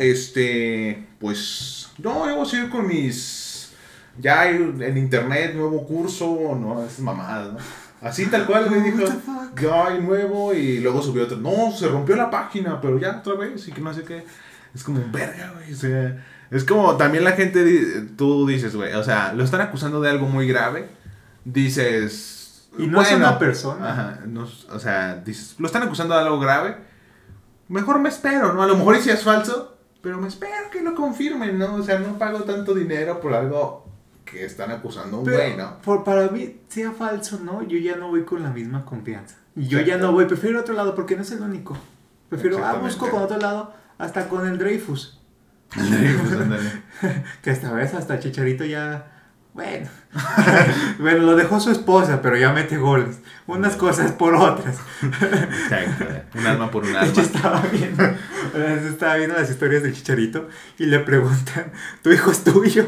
pues, no, yo voy a seguir con mis, ya hay en internet, nuevo curso, no, es mamada, ¿no? Así tal cual, güey, Oh, dijo, what the fuck? ya hay nuevo, y luego subió otro, no, se rompió la página, pero ya otra vez, y que no sé qué. Es como, verga, güey, o sea, es como también la gente, tú dices, güey, o sea, lo están acusando de algo muy grave, dices, Y no es una bueno, persona. ajá, no, o sea, dices, lo están acusando de algo grave, mejor me espero, ¿no? A lo mejor y si es falso, pero me espero que lo confirmen, ¿no? O sea, no pago tanto dinero por algo que están acusando a un güey, Pero ¿no? para mí, sea falso, ¿no? Yo ya no voy con la misma confianza. Y yo ya no Exacto. voy, prefiero otro lado porque no es el único. Prefiero, busco Exactamente. con otro lado, hasta con el Dreyfus. Pues ándale. Que esta vez hasta Chicharito ya. Bueno. Bueno, lo dejó su esposa, pero ya mete goles. Unas Ándale. cosas por otras. Exacto. Un alma por un De hecho, alma. estaba viendo las historias de Chicharito y le preguntan: ¿Tu hijo es tuyo?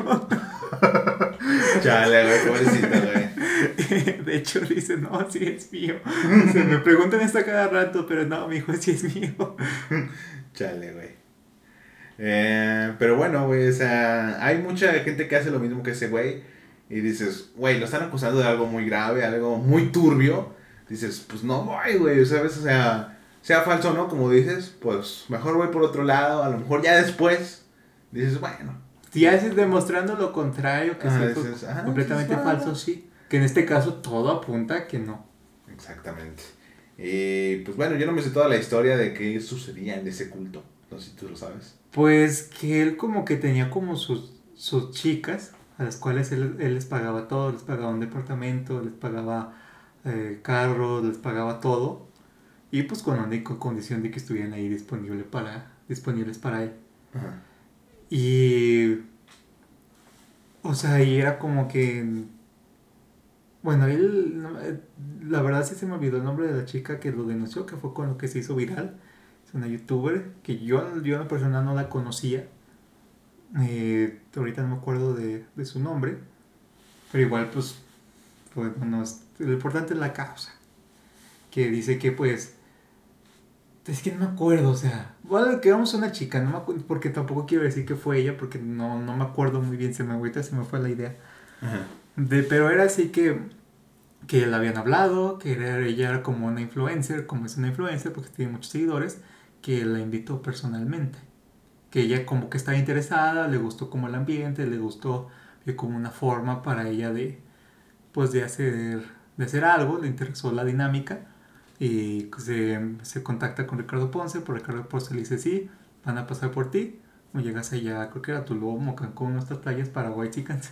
Chale, güey, pobrecito, güey. De hecho, dice: No, sí es mío. Se me preguntan esto a cada rato, pero no, mi hijo sí es mío. Chale, güey. Pero bueno, güey, o sea, hay mucha gente que hace lo mismo que ese güey. Y dices, güey, lo están acusando de algo muy grave, algo muy turbio. Dices, pues no voy, güey, ¿sabes? O sea falso o no, como dices, pues mejor voy por otro lado. A lo mejor ya después dices, bueno. Si haces demostrando lo contrario, que sí fue Dices, dices, completamente va, falso, va. sí. Que en este caso todo apunta a que no. Exactamente. Y pues bueno, yo no me sé toda la historia de qué sucedía en ese culto. No sé si tú lo sabes. Pues que él como que tenía como sus chicas, a las cuales él les pagaba todo, les pagaba un departamento, les pagaba carros, les pagaba todo. Y pues con la única condición de que estuvieran ahí disponibles para él. Ajá. Y, o sea, y era como que Bueno, él, la verdad sí se me olvidó el nombre de la chica que lo denunció, que fue con lo que se hizo viral. Es una youtuber que yo en lo personal no la conocía. Ahorita no me acuerdo de su nombre. Pero igual, pues bueno, lo importante es la causa. Que dice que pues... Es que no me acuerdo, o sea... Bueno, que vamos a una chica, no me acuerdo, porque tampoco quiero decir que fue ella, porque no me acuerdo muy bien, ahorita se me fue la idea. Ajá. Pero era así que le habían hablado, que ella era como una influencer, como es una influencer porque tiene muchos seguidores, que la invitó personalmente. Que ella como que estaba interesada, le gustó como el ambiente, le gustó como una forma para ella pues de hacer algo, le interesó la dinámica y se contacta con Ricardo Ponce, por Ricardo Ponce le dice sí, van a pasar por ti, o llegas allá, creo que era Tulum o Cancún, nuestras playas para White Chickens.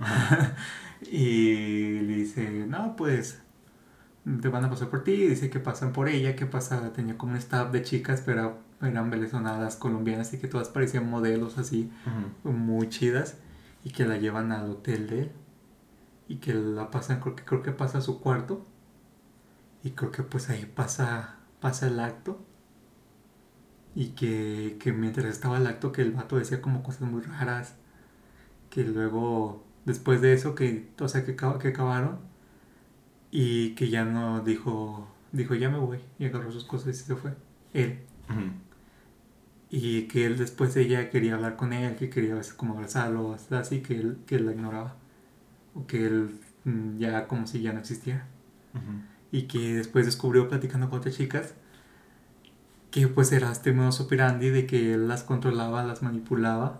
Y le dice, no, pues te van a pasar por ti, dice que pasan por ella, que pasa, tenía como un staff de chicas, pero eran venezolanas, colombianas y que todas parecían modelos así, muy chidas, y que la llevan al hotel de él, y que la pasan, creo que pasa a su cuarto, y creo que pues ahí pasa el acto, y que mientras estaba el acto que el vato decía como cosas muy raras, que luego, después de eso, o sea, que acabaron, y que ya no dijo ya me voy, y agarró sus cosas y se fue, él. Ujú. Y que él después ella quería hablar con él, que quería como abrazarlo, así que él la ignoraba. O que él ya como si ya no existiera. Ujú. Y que después descubrió platicando con otras chicas que pues era este modus operandi de que él las controlaba, las manipulaba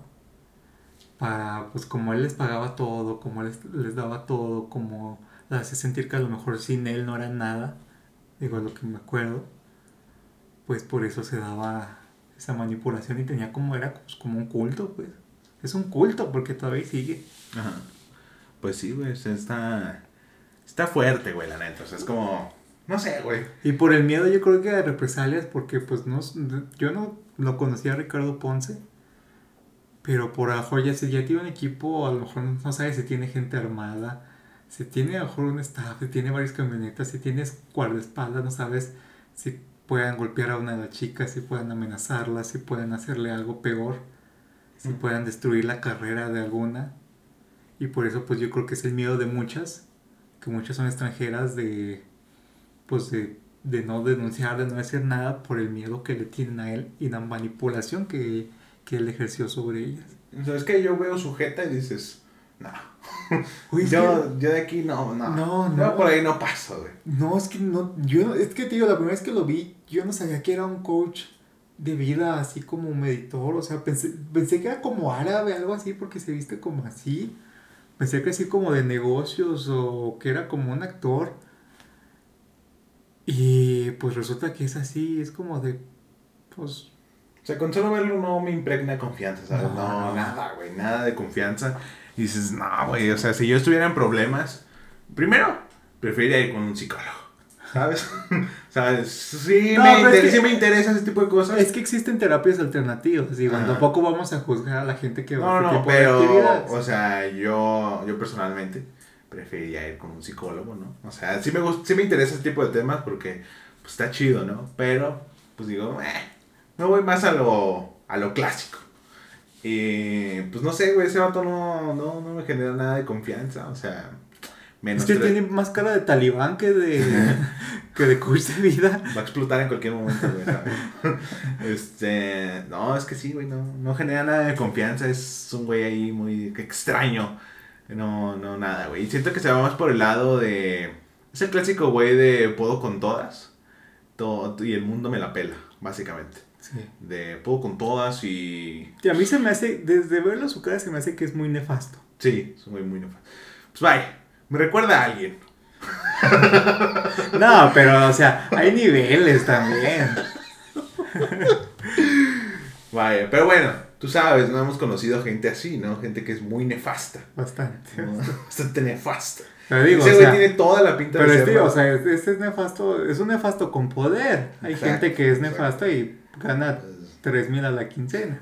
para, pues como él les pagaba todo, como él les daba todo, como las hacía sentir que a lo mejor sin él no era nada, digo lo que me acuerdo, pues por eso se daba esa manipulación y tenía como, era pues, como un culto, pues. Es un culto porque todavía sigue. Ajá. Pues sí, güey, o sea, está fuerte, güey, la neta. O sea, es como, no sé, güey. Y por el miedo yo creo que de represalias, porque pues no, yo no lo conocía a Ricardo Ponce, pero por a lo mejor ya tiene un equipo, a lo mejor no sabe si tiene gente armada, si tiene a lo mejor un staff, si tiene varias camionetas, si tiene guardaespaldas, no sabes si puedan golpear a una de las chicas, si puedan amenazarla, si pueden hacerle algo peor, si puedan destruir la carrera de alguna. Y por eso pues yo creo que es el miedo de muchas, que muchas son extranjeras pues de no denunciar, de no decir nada por el miedo que le tienen a él y la manipulación que él ejerció sobre ellas. O sea, es que yo veo sujeta y dices, no. Uy, yo de aquí no. No. Yo por ahí no paso, güey. No, es que no, es que te digo, la primera vez que lo vi, yo no sabía que era un coach de vida, así como un meditor, o sea, pensé que era como árabe, algo así, porque se viste como así. Pensé que así como de negocios o que era como un actor. Y pues resulta que es así, es como de, pues... O sea, con solo verlo no me impregna confianza, ¿sabes? No, nada, güey, nada de confianza. Y dices, no, güey, o sea, si yo estuviera en problemas, primero, preferiría ir con un psicólogo, ¿sabes? ¿Sabes? Sí, sí me interesa ese tipo de cosas. Es que existen terapias alternativas, digo, tampoco vamos a juzgar a la gente que va a este tipo de actividades. O sea, yo personalmente preferiría ir con un psicólogo, ¿no? O sea, sí me interesa ese tipo de temas porque pues, está chido, ¿no? Pero, pues digo, me voy más a lo clásico. Y pues no sé, güey, ese vato no me genera nada de confianza, o sea, menos. Es que tiene más cara de talibán que de coach de vida. Va a explotar en cualquier momento, güey, ¿sabes? No, es que sí, güey, no genera nada de confianza, es un güey ahí muy extraño. No, nada, güey. Y siento que se va más por el lado de... Es el clásico güey de puedo con todas. Y el mundo me la pela, básicamente. Sí. De puedo con todas y a mí se me hace, desde verlo su cara se me hace que es muy nefasto. Sí, es muy nefasto. Pues vaya, me recuerda a alguien. No, pero o sea, hay niveles también. Vaya, pero bueno, tú sabes, no hemos conocido gente así, ¿no? Gente que es muy nefasta. Bastante. ¿No? Bastante nefasta. Pero digo, ese güey tiene toda la pinta pero de ser. Pero o sea, este es nefasto, es un nefasto con poder. Hay gente que es nefasta y gana 3,000 a la quincena.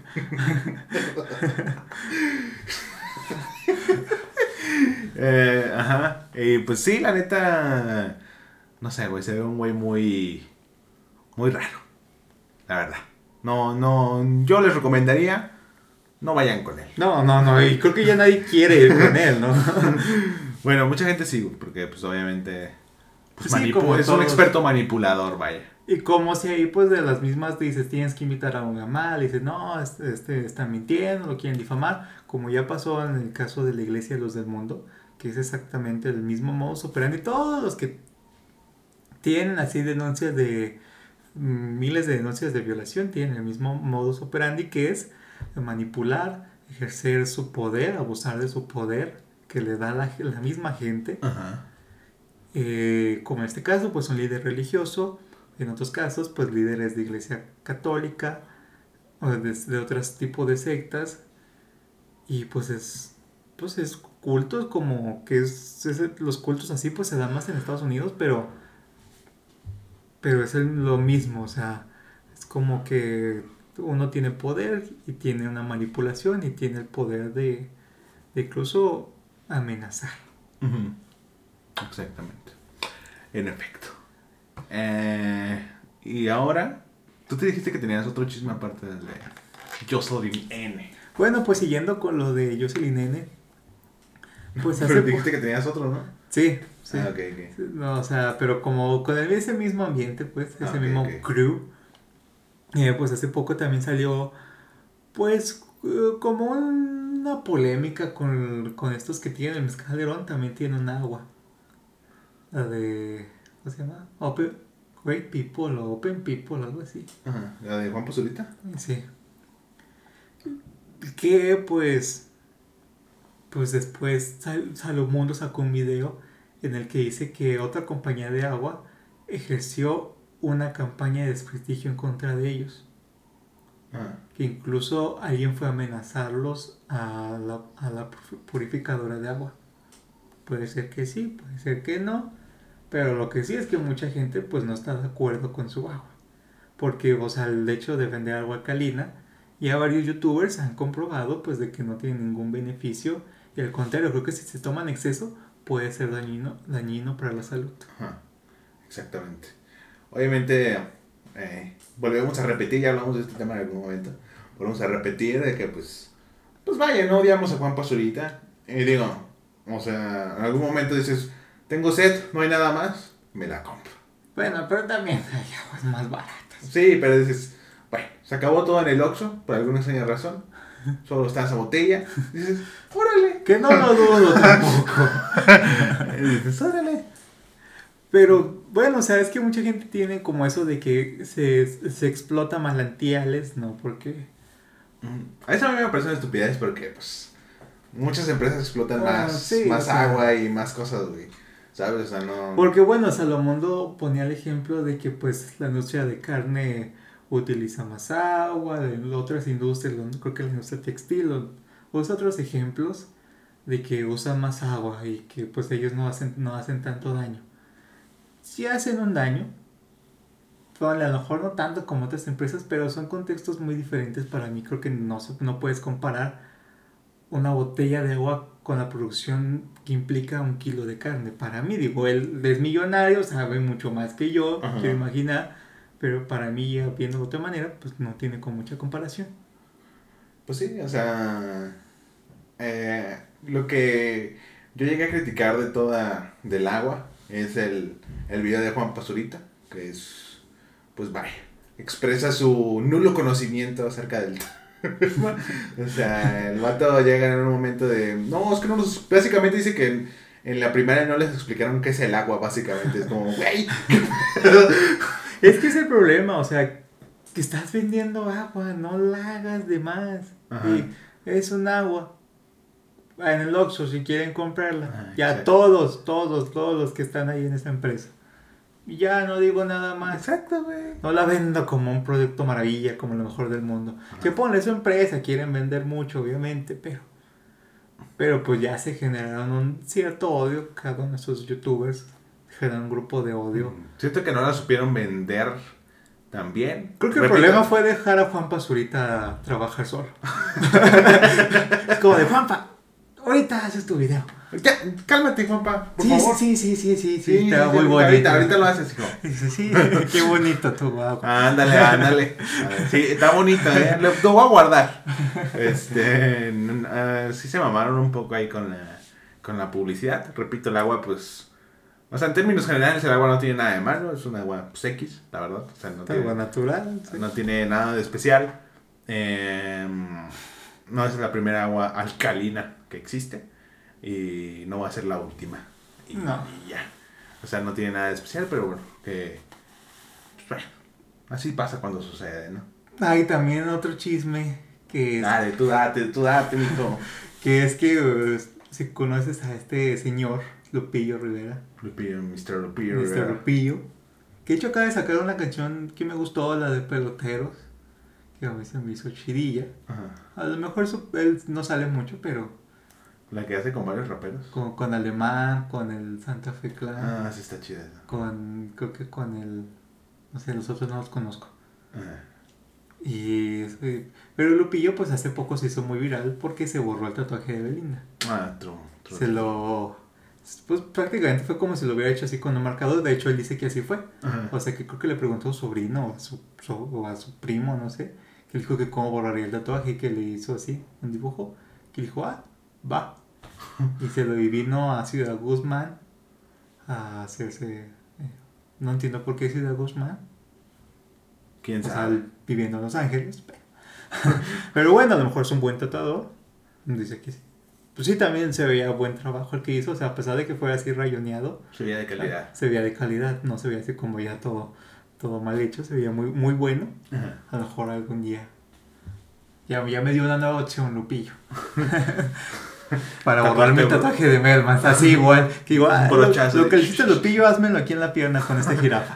Ajá. Y Y pues sí, la neta, no sé, güey, se ve un güey muy, muy raro, la verdad. No, yo les recomendaría, no vayan con él. No, y creo que ya nadie quiere ir con él, ¿no? Bueno, mucha gente sí, güey, porque pues obviamente pues, Sí, como es un todos. experto manipulador, vaya. Y como si ahí pues de las mismas dices, tienes que invitar a una mal, y dices, no, este está mintiendo, lo quieren difamar, como ya pasó en el caso de la Iglesia de los del Mundo, que es exactamente el mismo modus operandi. Todos los que tienen así denuncias de miles de denuncias de violación tienen el mismo modus operandi, que es manipular, ejercer su poder, abusar de su poder que le da la misma gente. Ajá. Como en este caso, pues un líder religioso, en otros casos, pues líderes de iglesia católica o de otros tipos de sectas, y pues es cultos como que los cultos así pues se dan más en Estados Unidos, pero es lo mismo, o sea, es como que uno tiene poder y tiene una manipulación y tiene el poder de incluso amenazar. Uh-huh. Exactamente. En efecto. Y ahora, tú te dijiste que tenías otro chisme aparte del de Jocelyn N. Bueno, pues siguiendo con lo de Jocelyn N, pues Pero dijiste que tenías otro, ¿no? Sí. Ah, ok. No, o sea, pero como con ese mismo ambiente, pues, ese mismo crew, pues hace poco también salió, pues, como una polémica con estos que tienen el mezcal Calderón, también tienen agua. La de, ¿cómo se llama? Great People o Open People, algo así. Ajá, la de Juan Pazurita. Sí. Que pues después Salomundo sacó un video en el que dice que otra compañía de agua ejerció una campaña de desprestigio en contra de ellos. Que incluso alguien fue a amenazarlos a la purificadora de agua. Puede ser que sí, puede ser que no, pero lo que sí es que mucha gente pues no está de acuerdo con su agua, porque o sea, el hecho de vender agua alcalina, ya varios youtubers han comprobado pues de que no tiene ningún beneficio, y al contrario, creo que si se toma en exceso puede ser dañino para la salud. Ajá, exactamente. Obviamente, volvemos a repetir, ya hablamos de este tema en algún momento, volvemos a repetir de que pues vaya, no odiamos a Juan Pazurita, y digo, o sea, en algún momento dices, tengo sed, no hay nada más, me la compro. Bueno, pero también hay aguas más baratas. Sí, pero dices, bueno, se acabó todo en el Oxxo, por alguna extraña razón, solo está esa botella, dices, órale. Que no lo dudo tampoco. Dices, órale. Pero bueno, o sea, es que mucha gente tiene como eso de que se explota manantiales, ¿no? Porque... A eso a mí me parece una estupidez porque, pues, muchas empresas explotan más o sea, agua y más cosas, güey. ¿Sabes? O sea, no... Porque bueno, Salomundo ponía el ejemplo de que pues la industria de carne utiliza más agua, de otras industrias, creo que la industria textil, usa otros ejemplos de que usan más agua y que pues ellos no hacen tanto daño. Sí hacen un daño, a lo mejor no tanto como otras empresas, pero son contextos muy diferentes para mí. Creo que no puedes comparar una botella de agua con la producción que implica 1 kilo de carne. Para mí, digo, él es millonario, sabe mucho más que yo, quiero imaginar, pero para mí, viendo de otra manera, pues no tiene con mucha comparación. Pues sí, o sea, lo que yo llegué a criticar del agua es el video de Juan Pazurita, que es, pues vaya, expresa su nulo conocimiento acerca del o sea, el vato llega en un momento de, no, es que no nos, básicamente dice que en la primaria no les explicaron qué es el agua, básicamente, es como, güey. Es que es el problema, o sea, que estás vendiendo agua, no la hagas de más. Ajá. Y es un agua en el Oxxo si quieren comprarla. Ajá, ya exacto. todos los que están ahí en esa empresa. Y ya no digo nada más. Exacto, güey. No la vendo como un producto maravilla, como lo mejor del mundo. Ajá. Que ponle su empresa, quieren vender mucho, obviamente, pero pues ya se generaron un cierto odio. Cada uno de esos youtubers generan un grupo de odio. Siento que no la supieron vender también. Creo que el problema fue dejar a Juan Pazurita trabajar solo. Es como de, Juanpa, ahorita haces tu video. Ya, cálmate, Juanpa, por Sí, favor. sí, está muy bonito. Ahorita lo haces, hijo. Dice, sí, qué bonito tu guapo. Ándale. A ver, sí, está bonito, lo voy a guardar. Sí se mamaron un poco ahí con la publicidad. Repito, el agua, pues... O sea, en términos generales, el agua no tiene nada de malo. Es un agua, pues, X, la verdad. O sea, Agua natural. Sí. no tiene nada de especial. No es la primera agua alcalina que existe. Y no va a ser la última. Y ya. O sea, no tiene nada de especial, pero bueno, pues, bueno, así pasa cuando sucede, ¿no? Hay también otro chisme que es... Dale, tú date, mijo. Que es que si conoces a este señor, Lupillo Rivera. Mr. Lupillo Mr. Rivera. Lupillo. Que de hecho acaba de sacar una canción que me gustó, la de Peloteros. Que a veces me hizo chidilla. Ajá. A lo mejor él no sale mucho, pero... La que hace con varios raperos. Con Alemán, con el Santa Fe Clan. Ah, sí está chida. Creo que con el... No sé, los otros no los conozco. Ajá. Pero Lupillo pues hace poco se hizo muy viral porque se borró el tatuaje de Belinda. Ah, true. Pues prácticamente fue como si lo hubiera hecho así con un marcador. De hecho él dice que así fue. Ajá. O sea que creo que le preguntó a su sobrino o a su primo, no sé, que dijo que cómo borraría el tatuaje, que le hizo así un dibujo, que dijo, va. Y se lo vino a Ciudad Guzmán a hacerse... no entiendo por qué Ciudad Guzmán. ¿Quién O sea, sabe? viviendo en Los Ángeles. Pero bueno, a lo mejor es un buen tatuador. Dice que sí. Pues sí, también se veía buen trabajo el que hizo. O sea, a pesar de que fuera así rayoneado. Se veía de calidad. Se veía de calidad. No se veía así como ya todo mal hecho. Se veía muy, muy bueno. Ajá. A lo mejor algún día. Ya me dio una nueva opción, Lupillo. Para borrarme el tatuaje de Melman. Así igual. Que igual. Lo que le hiciste a Lupillo, házmelo aquí en la pierna con esta jirafa.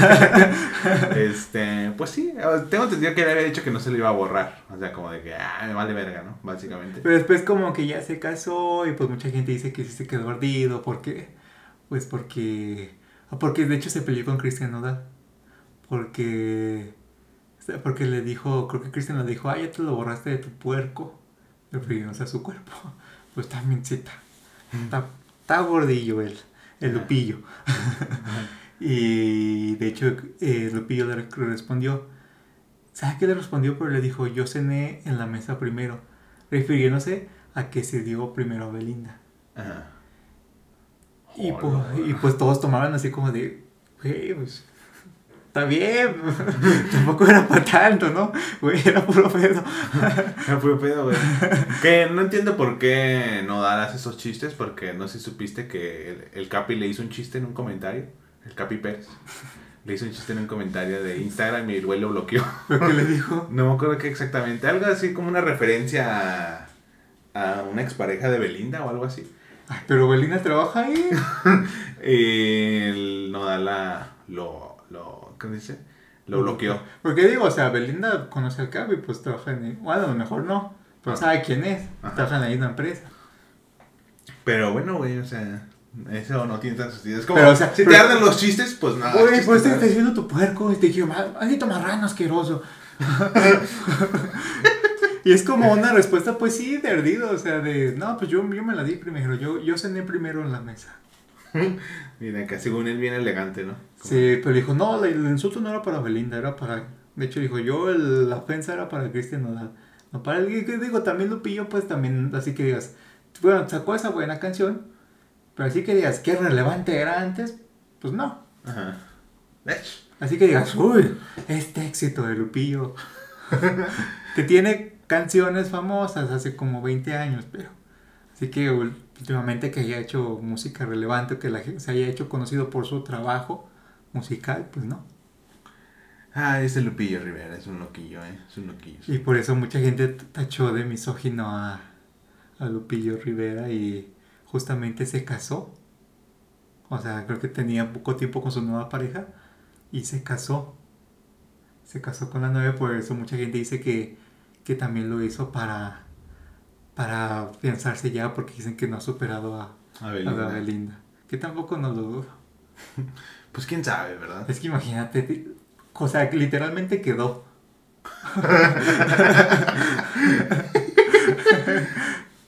Pues sí, tengo entendido que él había dicho que no se lo iba a borrar. O sea, como de que, me vale verga, ¿no? Básicamente. Pero después como que ya se casó y pues mucha gente dice que sí se quedó ardido. ¿Por qué? Pues porque de hecho se peleó con Cristian Nodal. Porque le dijo, creo que Cristian le dijo, ya te lo borraste de tu puerco. Refiriéndose a su cuerpo. Pues también cita. Está gordillo el Lupillo. Y de hecho Lupillo le respondió. ¿Sabes qué le respondió? Pero le dijo, yo cené en la mesa primero. Refiriéndose a que se dio primero a Belinda. Ajá. Y pues todos tomaban así como de, pues... Está bien, tampoco era para tanto, ¿no? Güey, era puro pedo. Era puro pedo, güey. Que no entiendo por qué no darás esos chistes, porque no sé si supiste que el Capi le hizo un chiste en un comentario, el Capi Pérez. Le hizo un chiste en un comentario de Instagram y el güey lo bloqueó. ¿Pero qué le dijo? No me acuerdo qué exactamente, algo así como una referencia a una expareja de Belinda o algo así. Ay, pero Belinda trabaja ahí. El Nodal ¿cómo dice? Lo bloqueó. Porque digo, o sea, Belinda conoce al Capi, pues trabaja en... Bueno, a lo mejor no, pero sabe quién es. Ajá. Trabaja en la misma empresa. Pero bueno, güey, o sea, eso no tiene tanto sentido. Es como, pero, o sea, si te arden los chistes, pues nada. Güey, pues te estás viendo tu puerco y te dije, maldito marrano asqueroso. Y es como una respuesta, pues sí, de ardido, o sea, de, no, pues yo me la di primero, yo cené primero en la mesa. Mira, que según él bien elegante, ¿no? Como... Sí, pero dijo, no, el insulto no era para Belinda, era para... De hecho, dijo, la ofensa era para Cristian Nodal. No para el que digo, también Lupillo, pues también, así que digas, bueno, sacó esa buena canción, pero así que digas, ¿qué relevante era antes? Pues no. Ajá. Así que digas, uy, este éxito de Lupillo, que tiene canciones famosas hace como 20 años, pero... Así que últimamente que haya hecho música relevante, que se haya hecho conocido por su trabajo musical, pues no. Ese Lupillo Rivera es un loquillo, es un loquillo. Y por eso mucha gente tachó de misógino a Lupillo Rivera y justamente se casó. O sea, creo que tenía poco tiempo con su nueva pareja y se casó. Se casó con la novia, por eso mucha gente dice que también lo hizo para afianzarse ya, porque dicen que no ha superado a Belinda. Que tampoco no lo dudo. Pues quién sabe, ¿verdad? Es que imagínate, o sea, que literalmente quedó.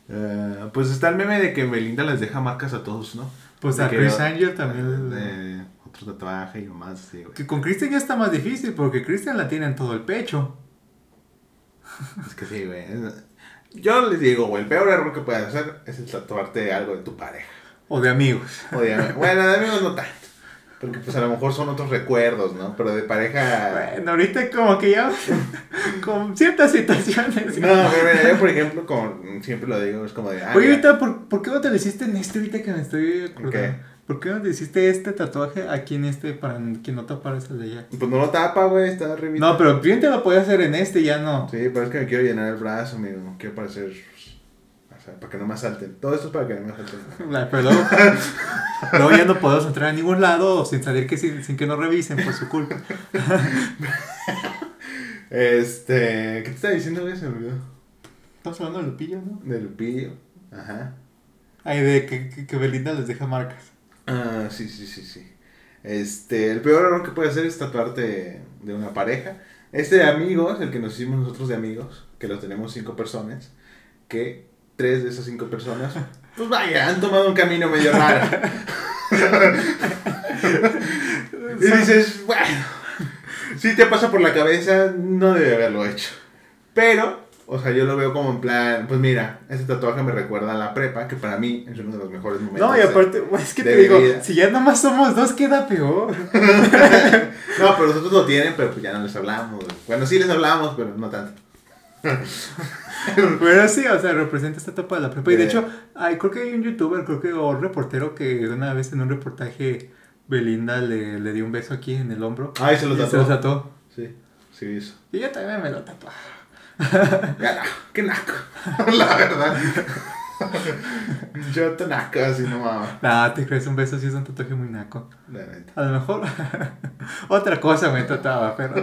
Pues está el meme de que Belinda les deja marcas a todos, ¿no? Pues De a que Chris Angel también. otro tatuaje y más, sí, güey. Que con Christian ya está más difícil porque Christian la tiene en todo el pecho. Es que sí, güey. Yo les digo, güey, el peor error que puedes hacer es el tatuarte algo de tu pareja. O de amigos. Bueno, de amigos no tanto. Porque pues a lo mejor son otros recuerdos, ¿no? Pero de pareja... Bueno, ahorita como que ya con ciertas situaciones. No, pero mira, yo por ejemplo, como siempre lo digo, es como de... Oye, mira, ahorita, ¿por qué no te lo hiciste en este ahorita que me estoy acordando? ¿qué? ¿Por qué no te hiciste este tatuaje aquí en este para que no taparas el de allá? Pues no lo tapa, güey, está arribita. No, pero bien te lo podía hacer en este, ya no. Sí, pero es que me quiero llenar el brazo, amigo. Quiero parecer... O sea, para que no me asalten. Todo esto es para que no me asalten. Pero luego ya no podemos entrar a ningún lado sin salir sin que nos revisen por su culpa. ¿Qué te estaba diciendo, güey? Se me olvidó. Estamos hablando de Lupillo, ¿no? De Lupillo. Ajá. Ay, de que Belinda les deja marcas. Ah, sí. El peor error que puedes hacer es tatuarte de una pareja. De amigos, el que nos hicimos nosotros de amigos, que lo tenemos 5 personas, que 3 de esas 5 personas, pues vaya, han tomado un camino medio raro. Y dices, bueno, si te pasa por la cabeza, no debe haberlo hecho. Pero, o sea, yo lo veo como en plan, pues mira, ese tatuaje me recuerda a la prepa, que para mí es uno de los mejores momentos. No, y aparte, es que de te digo, vida. si ya nomás somos dos, queda peor. No, pero nosotros lo tienen, pero pues ya no les hablamos. Bueno, sí les hablamos, pero no tanto. Pero sí, o sea, representa esta etapa de la prepa. Y de hecho, creo que hay un youtuber, o un reportero que una vez en un reportaje Belinda le dio un beso aquí en el hombro. Ay, se lo tatuó. Se lo tatuó. Sí, eso. Y yo también me lo tatué. Ya, qué naco. La verdad. Yo te naco, así no mames. Nah, te crees, un beso sí es un tatuaje muy naco. La neta. A lo mejor otra cosa me tatuaba, pero...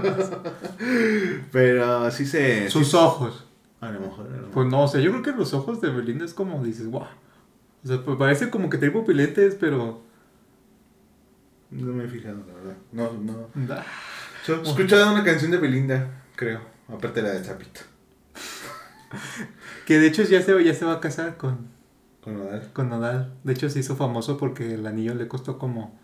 Pero sí se... Sus sí, ojos. A lo mejor. Pues no, o sea, yo creo que los ojos de Belinda es como dices, wow. O sea, pues parece como que trae pupilentes, pero... No me he fijado, la verdad. No. Ah, Yo he escuchado una canción de Belinda, creo. Aparte de la de Chapito. que de hecho ya se va a casar con Nodal. Nodal. De hecho se hizo famoso porque el anillo le costó como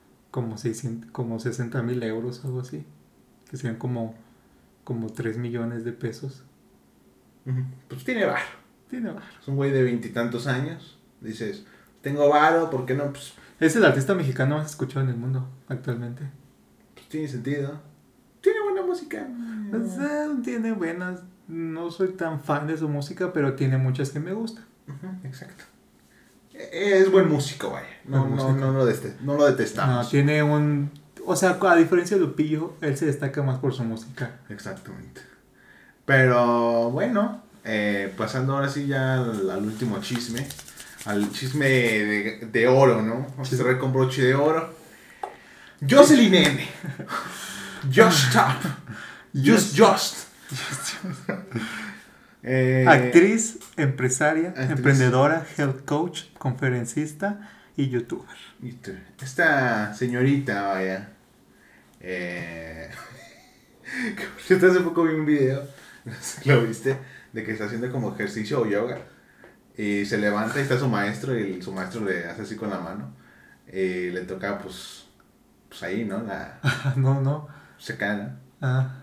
60,000 euros, algo así. Que serían como 3 millones de pesos. Pues tiene varo. Tiene varo. Es un güey de 20 y tantos años. Dices, tengo varo, ¿por qué no? Pues Es el artista mexicano más escuchado en el mundo actualmente. tiene sentido. Tiene buena música. O sea, tiene buenas. No soy tan fan de su música, pero tiene muchas que me gustan. Exacto. Es buen músico, vaya. No lo detestamos. No, tiene un... O sea, a diferencia de Lupillo, él se destaca más por su música. Exactamente. Pero bueno, pasando ahora sí ya al último chisme. Al chisme de oro, ¿no? Vamos a cerrar con broche de oro. Jocelyn N. Just Stop. Just. Actriz, empresaria, emprendedora, health coach, conferencista y youtuber. Esta señorita, vaya. Yo hace poco vi un video, no sé si lo viste, de que está haciendo como ejercicio o yoga. Y se levanta y está su maestro, y su maestro le hace así con la mano. Y le toca, pues ahí, ¿no? No. Se cae, ¿no? Ah.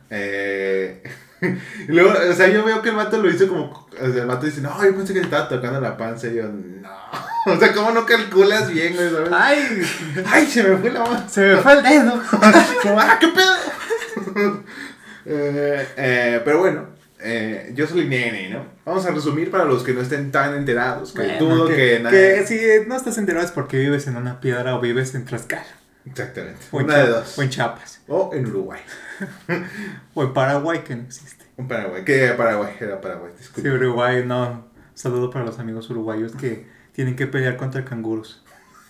Y luego, o sea, yo veo que el vato lo hizo como... O sea, el vato dice, no, yo pensé que le estaba tocando la panza. Y yo, no. O sea, ¿cómo no calculas bien, güey? ¿Sabes? ¡Ay, se me fue la mano! Se me fue el dedo. Como, ¡qué pedo! Pero bueno, Jocelyn Nene, ¿no? Vamos a resumir para los que no estén tan enterados. Que dudo que nada... Que si no estás enterado es porque vives en una piedra o vives en Tlaxcala. Exactamente. Una de dos. O en Chiapas. O en Uruguay. O en Paraguay, que no existe. En Paraguay. ¿Qué era Paraguay? Era Paraguay, disculpe. Sí, Uruguay, no. Saludo para los amigos uruguayos que tienen que pelear contra canguros.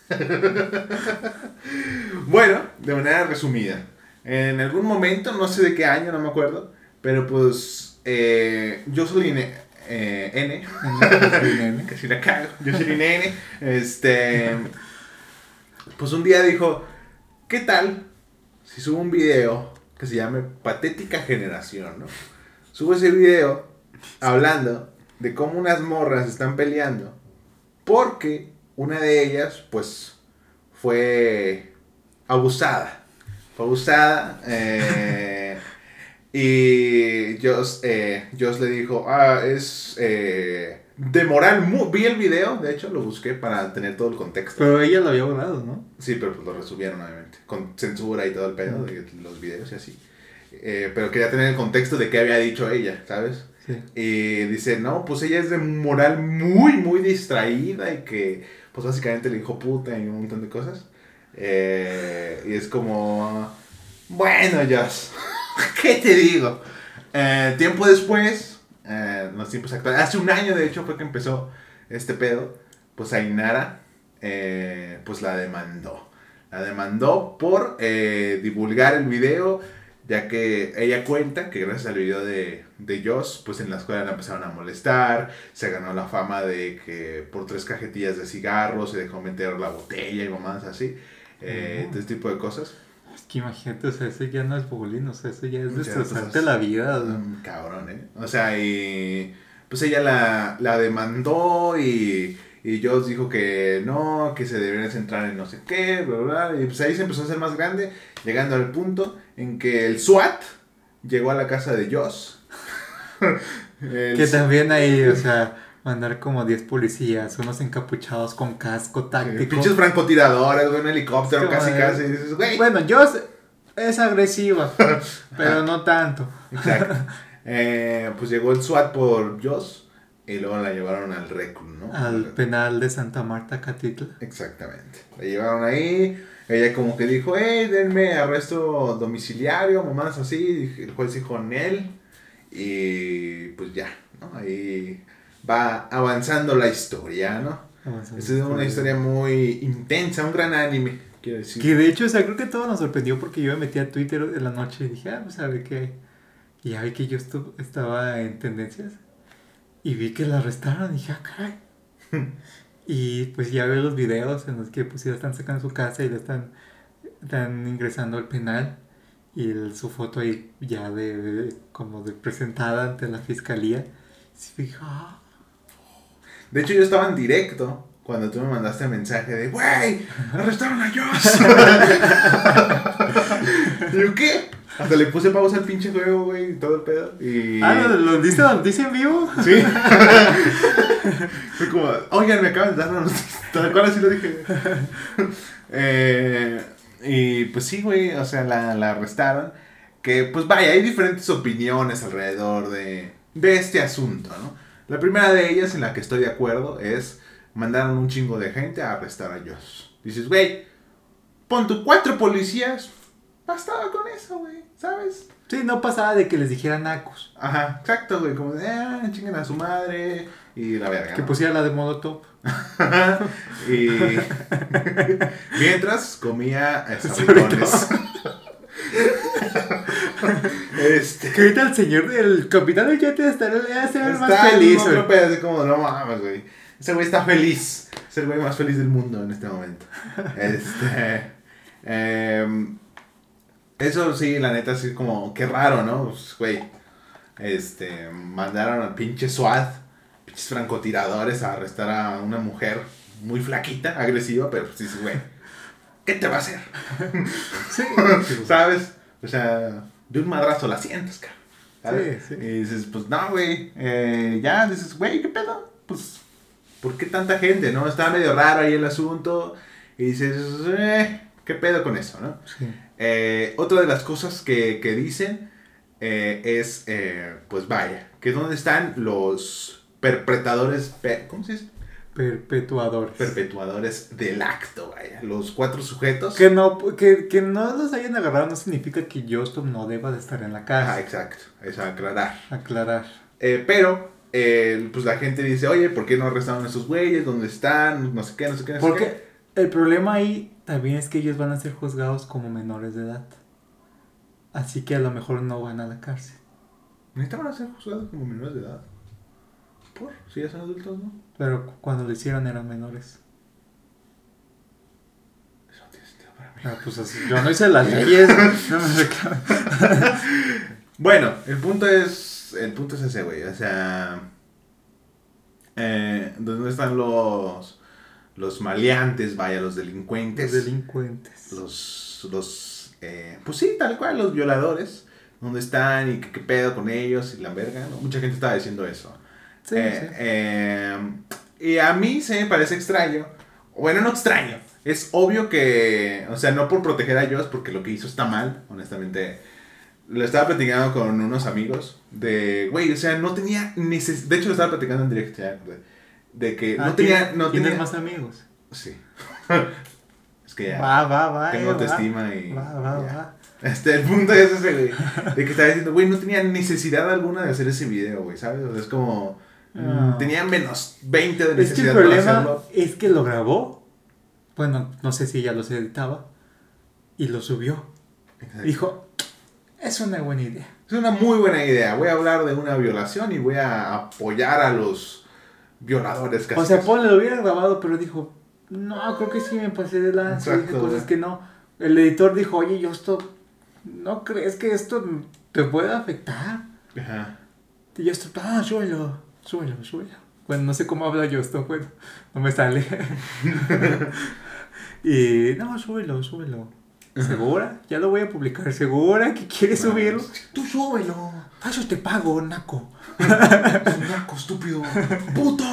Bueno, de manera resumida. En algún momento, no sé de qué año, no me acuerdo. Pero pues, Jocelyn N. Casi la cago. Jocelyn N. Pues un día dijo, ¿qué tal si subo un video que se llame Patética Generación, ¿no? Subo ese video hablando de cómo unas morras están peleando porque una de ellas, pues, fue abusada. Fue abusada. Y Joss le dijo, es de moral. Vi el video, de hecho, lo busqué para tener todo el contexto. Pero ella lo había borrado, ¿no? Sí, pero pues lo resubieron, obviamente. Con censura y todo el pedo de los videos y así. Pero quería tener el contexto de qué había dicho ella, ¿sabes? Sí. Y dice, no, pues ella es de moral muy, muy distraída y que, pues básicamente le dijo puta y un montón de cosas. Y es como, bueno, Joss, ¿qué te digo? Tiempo después, los tiempos actuales, hace un año de hecho fue que empezó este pedo, pues Ainara, pues la demandó. La demandó por divulgar el video, ya que ella cuenta que gracias al video de Joss, pues en la escuela la empezaron a molestar, se ganó la fama de que por 3 cajetillas de cigarros se dejó meter la botella y mamás así, este tipo de cosas. Es que imagínate, o sea, eso ya no es bullying, o sea, eso ya es Muchas destrozarte cosas. la vida. O sea. Cabrón, O sea, y pues ella la demandó y Joss dijo que no, que se deberían centrar en no sé qué, bla, bla, bla. Y pues ahí se empezó a hacer más grande, llegando al punto en que el SWAT llegó a la casa de Joss. Que también ahí, o sea, mandar como 10 policías, unos encapuchados con casco táctico. Pinches francotiradores, güey, un helicóptero, Es como casi. Y dices, güey. Bueno, Joss es agresiva, pero no tanto. Exacto. Pues llegó el SWAT por Joss y luego la llevaron al Reclu, ¿no? Al penal de Santa Marta, Catitla. Exactamente. La llevaron ahí. Ella como que dijo, denme arresto domiciliario, mamás así. El juez dijo, Nel. Y pues ya, ¿no? Ahí va avanzando la historia, ¿no? Es una historia muy intensa, un gran anime, quiero decir. Que de hecho, o sea, creo que todo nos sorprendió porque yo me metí a Twitter en la noche y dije, pues a ver qué. Y ya vi que yo estaba en tendencias. Y vi que la arrestaron y dije, caray. Y pues ya veo los videos en los que pues ya están sacando su casa y la están ingresando al penal. Y su foto ahí ya como de presentada ante la fiscalía. Y dije, De hecho, yo estaba en directo cuando tú me mandaste el mensaje de, ¡güey! ¡Arrestaron a Joss! ¿Y yo qué? Hasta le puse pausa al pinche juego, güey, y todo el pedo. Y... ¿lo diste la noticia en vivo? Sí. Fue como, oigan, me acaban de dar una noticia. Tal cual así lo dije. Y pues sí, güey, o sea, la arrestaron. Que pues vaya, hay diferentes opiniones alrededor de este asunto, ¿no? La primera de ellas, en la que estoy de acuerdo, es mandaron un chingo de gente a arrestar a Joss. Dices, güey, pon tu 4 policías, bastaba con eso, güey, ¿sabes? Sí, no pasaba de que les dijeran nacos. Ajá, exacto, güey, como de, chinguen a su madre y la verga, Que ¿no? pusiera la de Molotov. Y mientras comía sabritones. Que ahorita el señor del capitán del yate se ve más Está feliz. en otro pedo, así como, no mames, güey. Ese güey está feliz. Es el güey más feliz del mundo en este momento. Eso sí, la neta, sí, como, qué raro, ¿no? Pues, güey. Mandaron al pinche SWAT, pinches francotiradores, a arrestar a una mujer muy flaquita, agresiva, pero pues dices, güey, ¿qué te va a hacer? Sí. ¿Sabes? O sea, de un madrazo la sientes, cara. ¿Sabes? Sí. Y dices, pues no, güey. Ya dices, güey, ¿qué pedo? Pues, ¿por qué tanta gente, no? Está medio raro ahí el asunto. Y dices, ¿qué pedo con eso, no? Sí. Otra de las cosas que dicen es, pues vaya, que dónde están los perpetradores, ¿cómo se dice? Perpetuadores del acto, vaya. Los 4 sujetos. Que no los hayan agarrado no significa que Yostom no deba de estar en la cárcel. Ajá, exacto. Es aclarar. Aclarar. Pues la gente dice, oye, ¿por qué no arrestaron a esos güeyes? ¿Dónde están? No sé qué. Porque el problema ahí también es que ellos van a ser juzgados como menores de edad. Así que a lo mejor no van a la cárcel. ¿Necesitaban ser juzgados como menores de edad? ¿Por? Si ya son adultos, ¿no? Pero cuando lo hicieron eran menores. Eso no tiene sentido para mí. Pues así, yo no hice las leyes. No me reclamo. Bueno, el punto es ese, güey. O sea, ¿Dónde están los maleantes, vaya, los delincuentes? Los delincuentes. Pues sí, tal cual, los violadores. ¿Dónde están y qué pedo con ellos y la verga? ¿No? Mucha gente estaba diciendo eso. Sí, Y a mí se me parece extraño. Bueno, no extraño. Es obvio que, o sea, no por proteger a Joss, porque lo que hizo está mal, honestamente. Lo estaba platicando con unos amigos de, güey, o sea, no tenía necesidad. De hecho, lo estaba platicando en directo ya, de que no tenía. ¿Tienes más amigos? Sí. Es que ya. Va. Tengo autoestima y. Va. El punto es ese, güey. De que estaba diciendo, güey, no tenía necesidad alguna de hacer ese video, güey, ¿sabes? O sea, es como. No. Tenía menos 20 de Es que el necesidad para problema hacerlo. es que lo grabó. Bueno, no sé si ya los editaba. Y lo subió. Exacto. Dijo, es una buena idea. Es una muy buena idea. Voy a hablar de una violación y voy a apoyar a los violadores casi. O sea, Paul lo hubiera grabado, pero dijo, no, creo que sí me pasé de lanza. Dije Exacto, cosas güey. que no. El editor dijo, oye, yo esto, ¿no crees que esto te puede afectar? Ajá. Y yo esto, súbelo. Bueno, no sé cómo habla yo esto, bueno, no me sale. Y, no, súbelo. ¿Segura? Ya lo voy a publicar. ¿Segura que quieres subirlo? Tú súbelo. Para eso te pago, naco. Es un naco estúpido. Puto.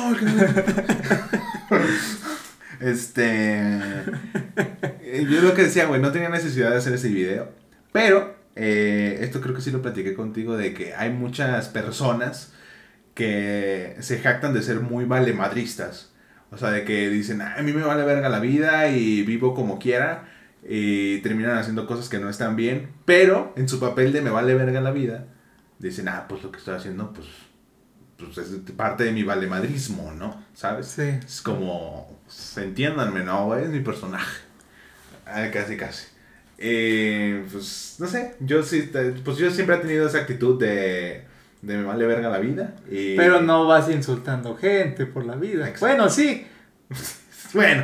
Yo lo que decía, güey, no tenía necesidad de hacer ese video. Pero, esto creo que sí lo platiqué contigo, de que hay muchas personas que se jactan de ser muy valemadristas. O sea, de que dicen, a mí me vale verga la vida y vivo como quiera. Y terminan haciendo cosas que no están bien. Pero, en su papel de me vale verga la vida, dicen, pues lo que estoy haciendo, pues es parte de mi valemadrismo, ¿no? ¿Sabes? Sí. Es como, entiéndanme, ¿no, güey? Es mi personaje. Casi. Pues, no sé, yo siempre he tenido esa actitud de me vale verga la vida. Pero no vas insultando gente por la vida. Exacto. Bueno, sí. Bueno.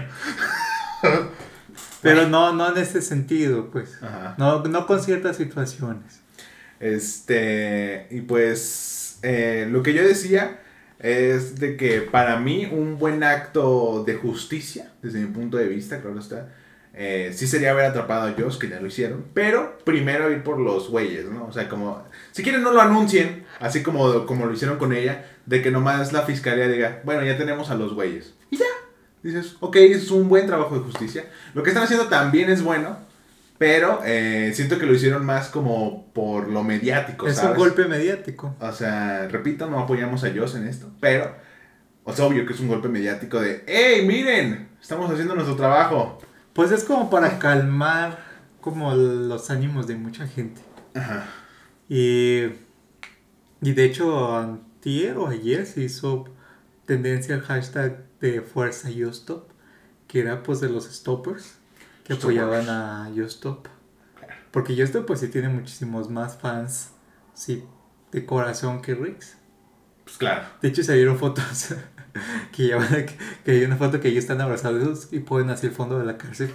Pero no en ese sentido, pues. Ajá. No con ciertas situaciones. Y pues, lo que yo decía es de que para mí un buen acto de justicia, desde mi punto de vista, claro está, sí sería haber atrapado a Joss, que ya lo hicieron, pero primero ir por los güeyes, ¿no? O sea, como, si quieren no lo anuncien, así como lo hicieron con ella, de que nomás la fiscalía diga, bueno, ya tenemos a los güeyes. Y ya, dices, ok, es un buen trabajo de justicia. Lo que están haciendo también es bueno, pero siento que lo hicieron más como por lo mediático, ¿sabes? Es un golpe mediático. O sea, repito, no apoyamos a Joss en esto, pero es obvio que es un golpe mediático de, ¡hey, miren! Estamos haciendo nuestro trabajo. Pues es como para calmar como los ánimos de mucha gente. Ajá. Y de hecho, antier o ayer se hizo tendencia al hashtag de Fuerza YouStop, que era pues de los stoppers que apoyaban a YouStop. Porque YouStop pues sí tiene muchísimos más fans, sí, de corazón que Riggs. Pues claro. De hecho salieron fotos que hay una foto que ellos están abrazados y ponen así el fondo de la cárcel.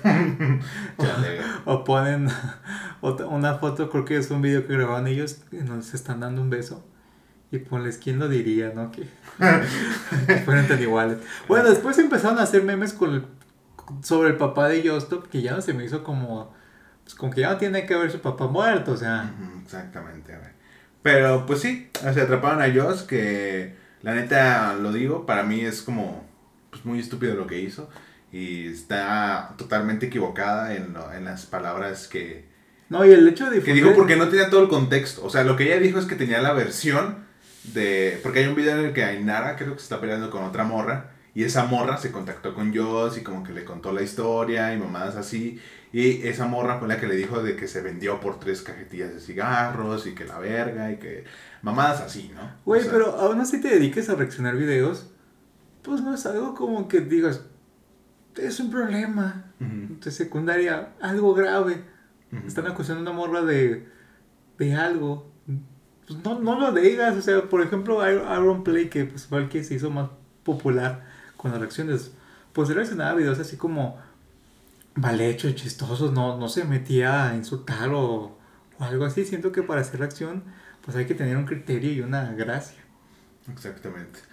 o ponen una foto, creo que es un video que grabaron ellos, que nos están dando un beso. Y ponles, ¿quién lo diría, no? Que fueran tan iguales. Bueno, después empezaron a hacer memes sobre el papá de Yostop, que ya no se me hizo como... Pues como que ya no tiene que ver su papá muerto, o sea... Exactamente, güey. Pero pues sí, o sea, atraparon a Joss, que la neta, lo digo, para mí es como pues muy estúpido lo que hizo. Y está totalmente equivocada en las palabras que... No, y el hecho de... Que dijo porque no tenía todo el contexto. O sea, lo que ella dijo es que tenía la versión de... Porque hay un video en el que Ainara creo que se está peleando con otra morra. Y esa morra se contactó con Joss y como que le contó la historia y mamadas así. Y esa morra fue la que le dijo de que se vendió por 3 cajetillas de cigarros y que la verga y que... Mamadas así, ¿no? Güey, o sea, pero aún así te dediques a reaccionar videos, pues no es algo como que digas, es un problema de secundaria, algo grave. Están acusando a una morra de algo. Pues no lo digas, o sea, por ejemplo, Aaron Play, que pues, fue el que se hizo más popular con las reacciones, pues reaccionaba a videos así como mal hechos, chistosos, no se metía a insultar o algo así. Siento que para hacer reacción, pues hay que tener un criterio y una gracia. Exactamente.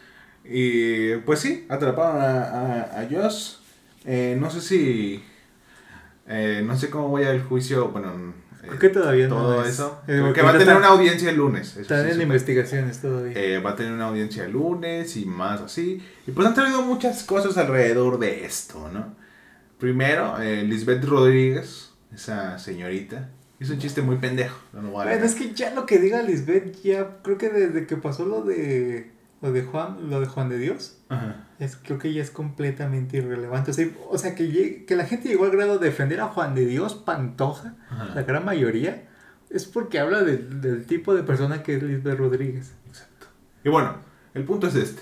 Y pues sí, atraparon a Josh. No sé si... no sé cómo vaya el juicio, bueno... Creo que todavía todo no es. eso. Creo que Porque va a tener está- una audiencia el lunes. Eso Están sí en supe. investigaciones todavía. Va a tener una audiencia el lunes y más así. Y pues han traído muchas cosas alrededor de esto, ¿no? Primero, Lisbeth Rodríguez, esa señorita, hizo un chiste muy pendejo. No lo voy a Bueno, negar. es que ya lo que diga Lisbeth, ya creo que desde que pasó lo de Juan de Dios, Ajá. creo que ya es completamente irrelevante. O sea que la gente llegó al grado de defender a Juan de Dios Pantoja, Ajá. la gran mayoría, es porque habla del tipo de persona que es Lisbeth Rodríguez. Exacto. Y bueno, el punto es este.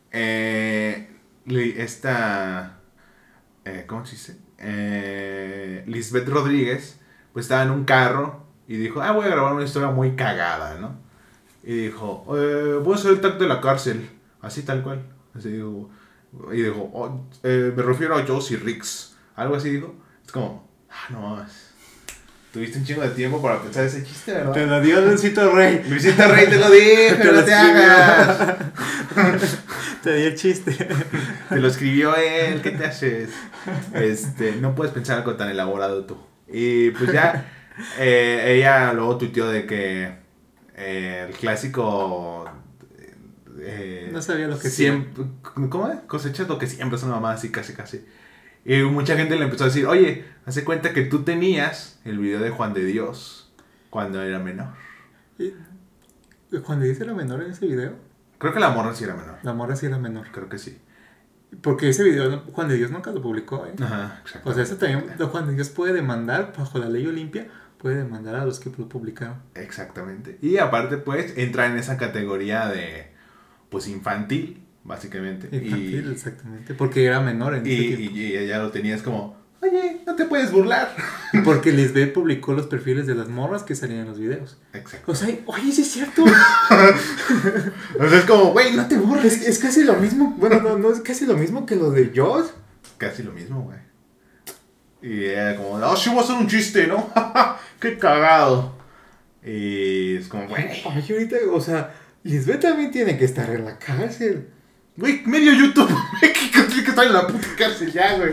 Esta... ¿cómo se dice? Lisbeth Rodríguez, pues estaba en un carro y dijo, voy a grabar una historia muy cagada, ¿no? Y dijo, voy a hacer el tag de la cárcel, así tal cual. Así dijo, y dijo, me refiero a Josie Ricks, algo así dijo. Es como, no mames. Tuviste un chingo de tiempo para pensar ese chiste, ¿verdad? Te lo dio Luisito Rey. Luisito Rey te lo dije, Te lo no te escribió. hagas. Te dio el chiste. Te lo escribió él, ¿qué te haces? No puedes pensar algo tan elaborado tú. Y pues ya, ella luego tuiteó de que el clásico... No sabía lo que siempre, ¿cómo es? Cosechas lo que siempre es una mamá así, casi. Y mucha gente le empezó a decir, oye, hace cuenta que tú tenías el video de Juan de Dios cuando era menor. ¿Juan de Dios era menor en ese video? Creo que la morra sí era menor. La morra sí era menor. Creo que sí. Porque ese video Juan de Dios nunca lo publicó, ¿eh? Ajá, exacto. O sea, eso también Juan de Dios puede demandar, bajo la ley Olimpia, puede demandar a los que lo publicaron. Exactamente. Y aparte, pues, entra en esa categoría de, pues, infantil, básicamente. Infantil, exactamente. Porque era menor en ese tiempo. Y ella lo tenía, es como, oye, no te puedes burlar. Porque Lisbeth publicó los perfiles de las morras que salían en los videos. Exacto. O sea, oye, sí es cierto. O sea, es como, güey, no te burles. Es casi lo mismo. Bueno, no es casi lo mismo que lo de Josh. Casi lo mismo, güey. Y ella como, sí voy a hacer un chiste, ¿no? Qué cagado. Y es como, güey. Ay, ahorita, o sea, Lisbeth también tiene que estar en la cárcel. Güey, medio YouTube México tiene que estar en la puta cárcel ya, güey.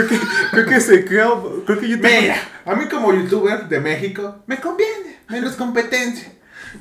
Creo que YouTube. Mira, a mí como youtuber de México, me conviene, menos competencia.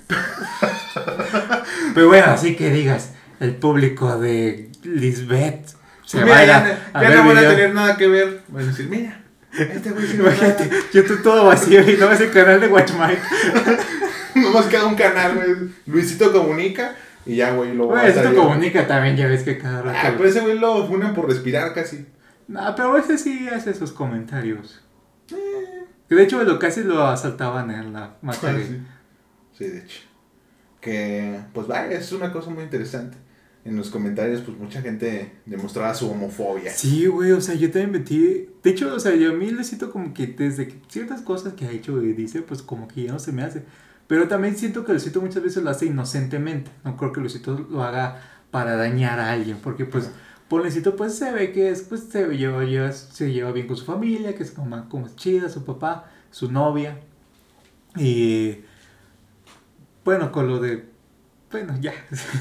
Pero bueno, así que digas, el público de Lisbeth se Mira, va a ir ya a ver no van a video. tener nada que ver. Van a decir, mira, este güey sí no Imagínate, YouTube todo vacío y no ves el canal de Watch Mike. nomás queda un canal, güey. Luisito Comunica y ya, güey, lo va a Bueno, estar esto comunica también, ya ves que cada rato. pero ese güey lo funan por respirar casi. No, pero ese sí hace sus comentarios. Que de hecho casi lo asaltaban en la materia. Sí, de hecho. Que, pues vaya, es una cosa muy interesante. En los comentarios, pues mucha gente demostraba su homofobia. Sí, güey, o sea, yo también metí. De hecho, o sea, yo a mí Luisito como que desde que ciertas cosas que ha hecho y dice, pues como que ya no se me hace. Pero también siento que Luisito muchas veces lo hace inocentemente. No creo que Luisito lo haga para dañar a alguien. Porque pues, por Luisito pues se ve que es, pues se lleva bien con su familia, que su mamá como es chida, su papá, su novia. Y bueno, con lo de... Bueno, ya.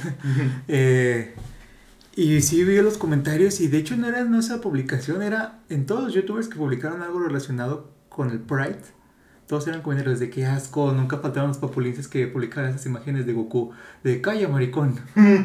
Y sí vi los comentarios y de hecho no era en esa publicación, era en todos los youtubers que publicaron algo relacionado con el Pride. Todos eran comentarios de qué asco, nunca faltaron los populistas que publicaban esas imágenes de Goku, de calla maricón.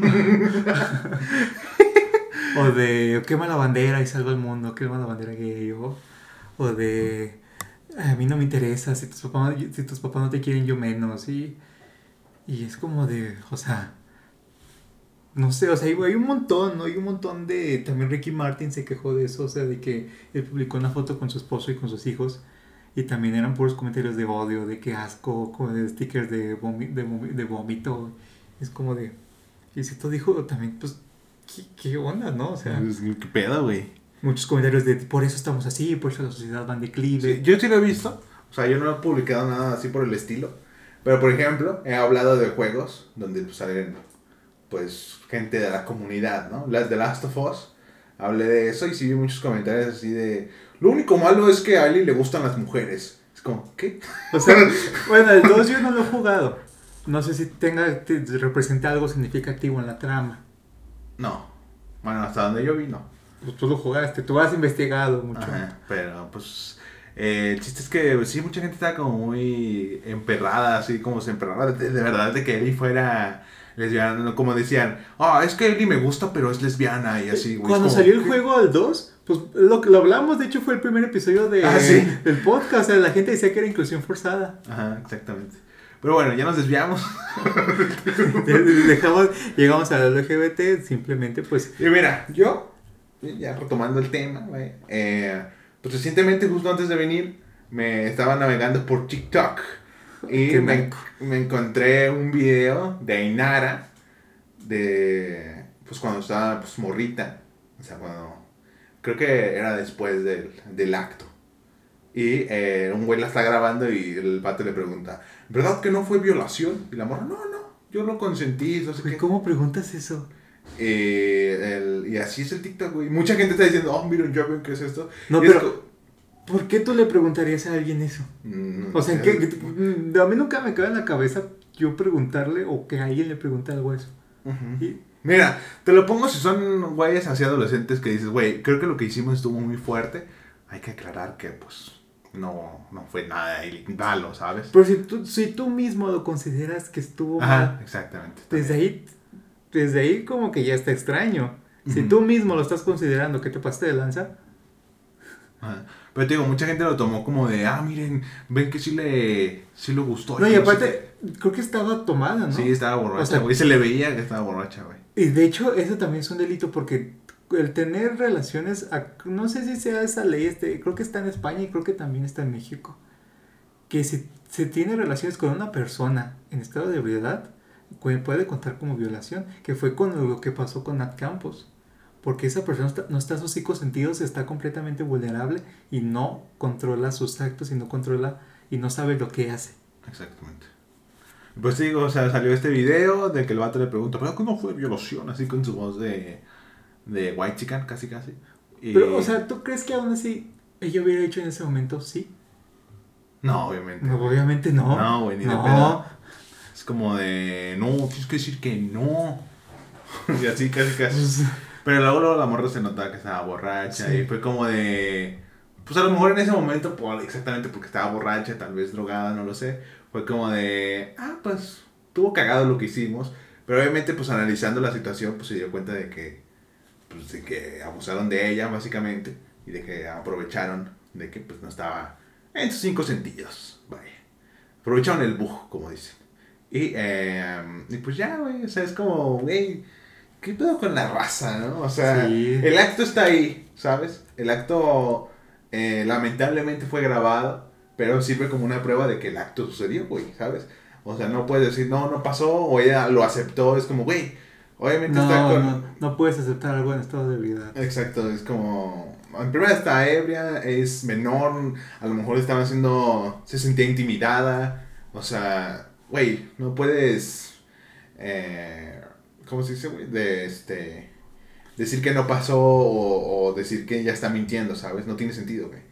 O de quema la bandera y salva al mundo, quema la bandera gay. O de a mí no me interesa, si tus papás no te quieren yo menos. Y es como de, o sea... No sé, o sea, hay un montón, ¿no? Hay un montón de... También Ricky Martin se quejó de eso, o sea, de que él publicó una foto con su esposo y con sus hijos. Y también eran puros comentarios de odio, de que asco, con stickers de vómito. Es como de... Y si tú dijo también, pues, ¿qué onda, no? O sea... ¿Qué pedo, güey? Muchos comentarios de, por eso estamos así, por eso la sociedad va en declive. Sí, yo sí lo he visto. O sea, yo no he publicado nada así por el estilo. Pero, por ejemplo, he hablado de juegos donde pues, salen... pues gente de la comunidad, ¿no? Las de Last of Us, hablé de eso y sí vi muchos comentarios así de, lo único malo es que a Ali le gustan las mujeres. Es como, ¿qué? O sea, bueno, el 2 yo no lo he jugado. No sé si representa algo significativo en la trama. No. Bueno, hasta donde yo vi, no. Pues tú lo jugaste, tú has investigado mucho. Ajá, pero pues el chiste es que pues, sí, mucha gente estaba como muy emperrada, así como se emperraba de verdad de que Ellie fuera lesbiana, ¿no? Como decían, es que Ellie me gusta, pero es lesbiana y así, güey. Cuando como, salió el juego al 2, pues lo hablamos, de hecho fue el primer episodio ¿sí? del podcast, o sea, la gente decía que era inclusión forzada. Ajá, exactamente. Pero bueno, ya nos desviamos. Llegamos al LGBT, simplemente pues... Y mira, yo, ya retomando el tema, güey, pues recientemente, justo antes de venir, me estaba navegando por TikTok y me encontré un video de Ainara, pues cuando estaba pues morrita, o sea, creo que era después del acto. Y un güey la está grabando y el pato le pregunta, ¿verdad que no fue violación? Y la morra, no, yo lo consentí, no sé qué. ¿Cómo preguntas eso? Y así es el TikTok, güey. Mucha gente está diciendo, miren, ya ven qué es esto. No, y pero, ¿por qué tú le preguntarías a alguien eso? O sea, a mí nunca me cabe en la cabeza yo preguntarle o que alguien le pregunte algo a eso. Uh-huh. Mira, te lo pongo si son güeyes así adolescentes que dices, güey, creo que lo que hicimos estuvo muy fuerte. Hay que aclarar que, pues, no fue nada malo, ¿sabes? Pero si tú mismo lo consideras que estuvo mal, exactamente. Desde ahí como que ya está extraño. Uh-huh. Si tú mismo lo estás considerando que te pasaste de lanza. Ajá. Pero te digo, mucha gente lo tomó como de, miren, ven que sí le gustó. No, y aparte, creo que estaba tomada, ¿no? Sí, estaba borracha, o sea, güey. Se le veía que estaba borracha, güey. Y de hecho, eso también es un delito porque el tener relaciones, no sé si sea esa ley, creo que está en España y creo que también está en México, que si se tiene relaciones con una persona en estado de ebriedad, puede contar como violación, que fue con lo que pasó con Nat Campos, porque esa persona no está en sus cinco sentidos, está completamente vulnerable y no controla sus actos y no controla y no sabe lo que hace. Exactamente. Pues digo, o sea, salió este video de que el vato le pregunta, ¿pero cómo fue violación? Así con su voz de white chican, casi. Y... Pero, o sea, ¿tú crees que aún así ella hubiera dicho en ese momento sí? No, obviamente. No, obviamente no. No, güey, ni de pedo. Es como de, no, tienes que decir que no. Y así, casi. Pero luego la morra se notaba que estaba borracha. Sí. Y fue como de, pues a lo mejor en ese momento, exactamente porque estaba borracha, tal vez drogada, no lo sé. Fue como de, pues, estuvo cagado lo que hicimos. Pero obviamente, pues analizando la situación, pues se dio cuenta de que abusaron de ella, básicamente. Y de que aprovecharon de que, pues, no estaba en sus cinco sentidos. Vaya. Aprovecharon el bug, como dicen. Y pues ya, güey, o sea, es como, güey, ¿qué pedo con la raza, no? O sea, sí. El acto está ahí, ¿sabes? El acto lamentablemente fue grabado, pero sirve como una prueba de que el acto sucedió, güey, ¿sabes? O sea, no puedes decir, no pasó, o ella lo aceptó, es como, güey, obviamente está con... No puedes aceptar algo en estado de ebriedad. Exacto, es como... En primera está ebria, es menor, a lo mejor se sentía intimidada, o sea... Güey, no puedes, ¿cómo se dice, güey? Decir que no pasó o decir que ella está mintiendo, ¿sabes? No tiene sentido, güey.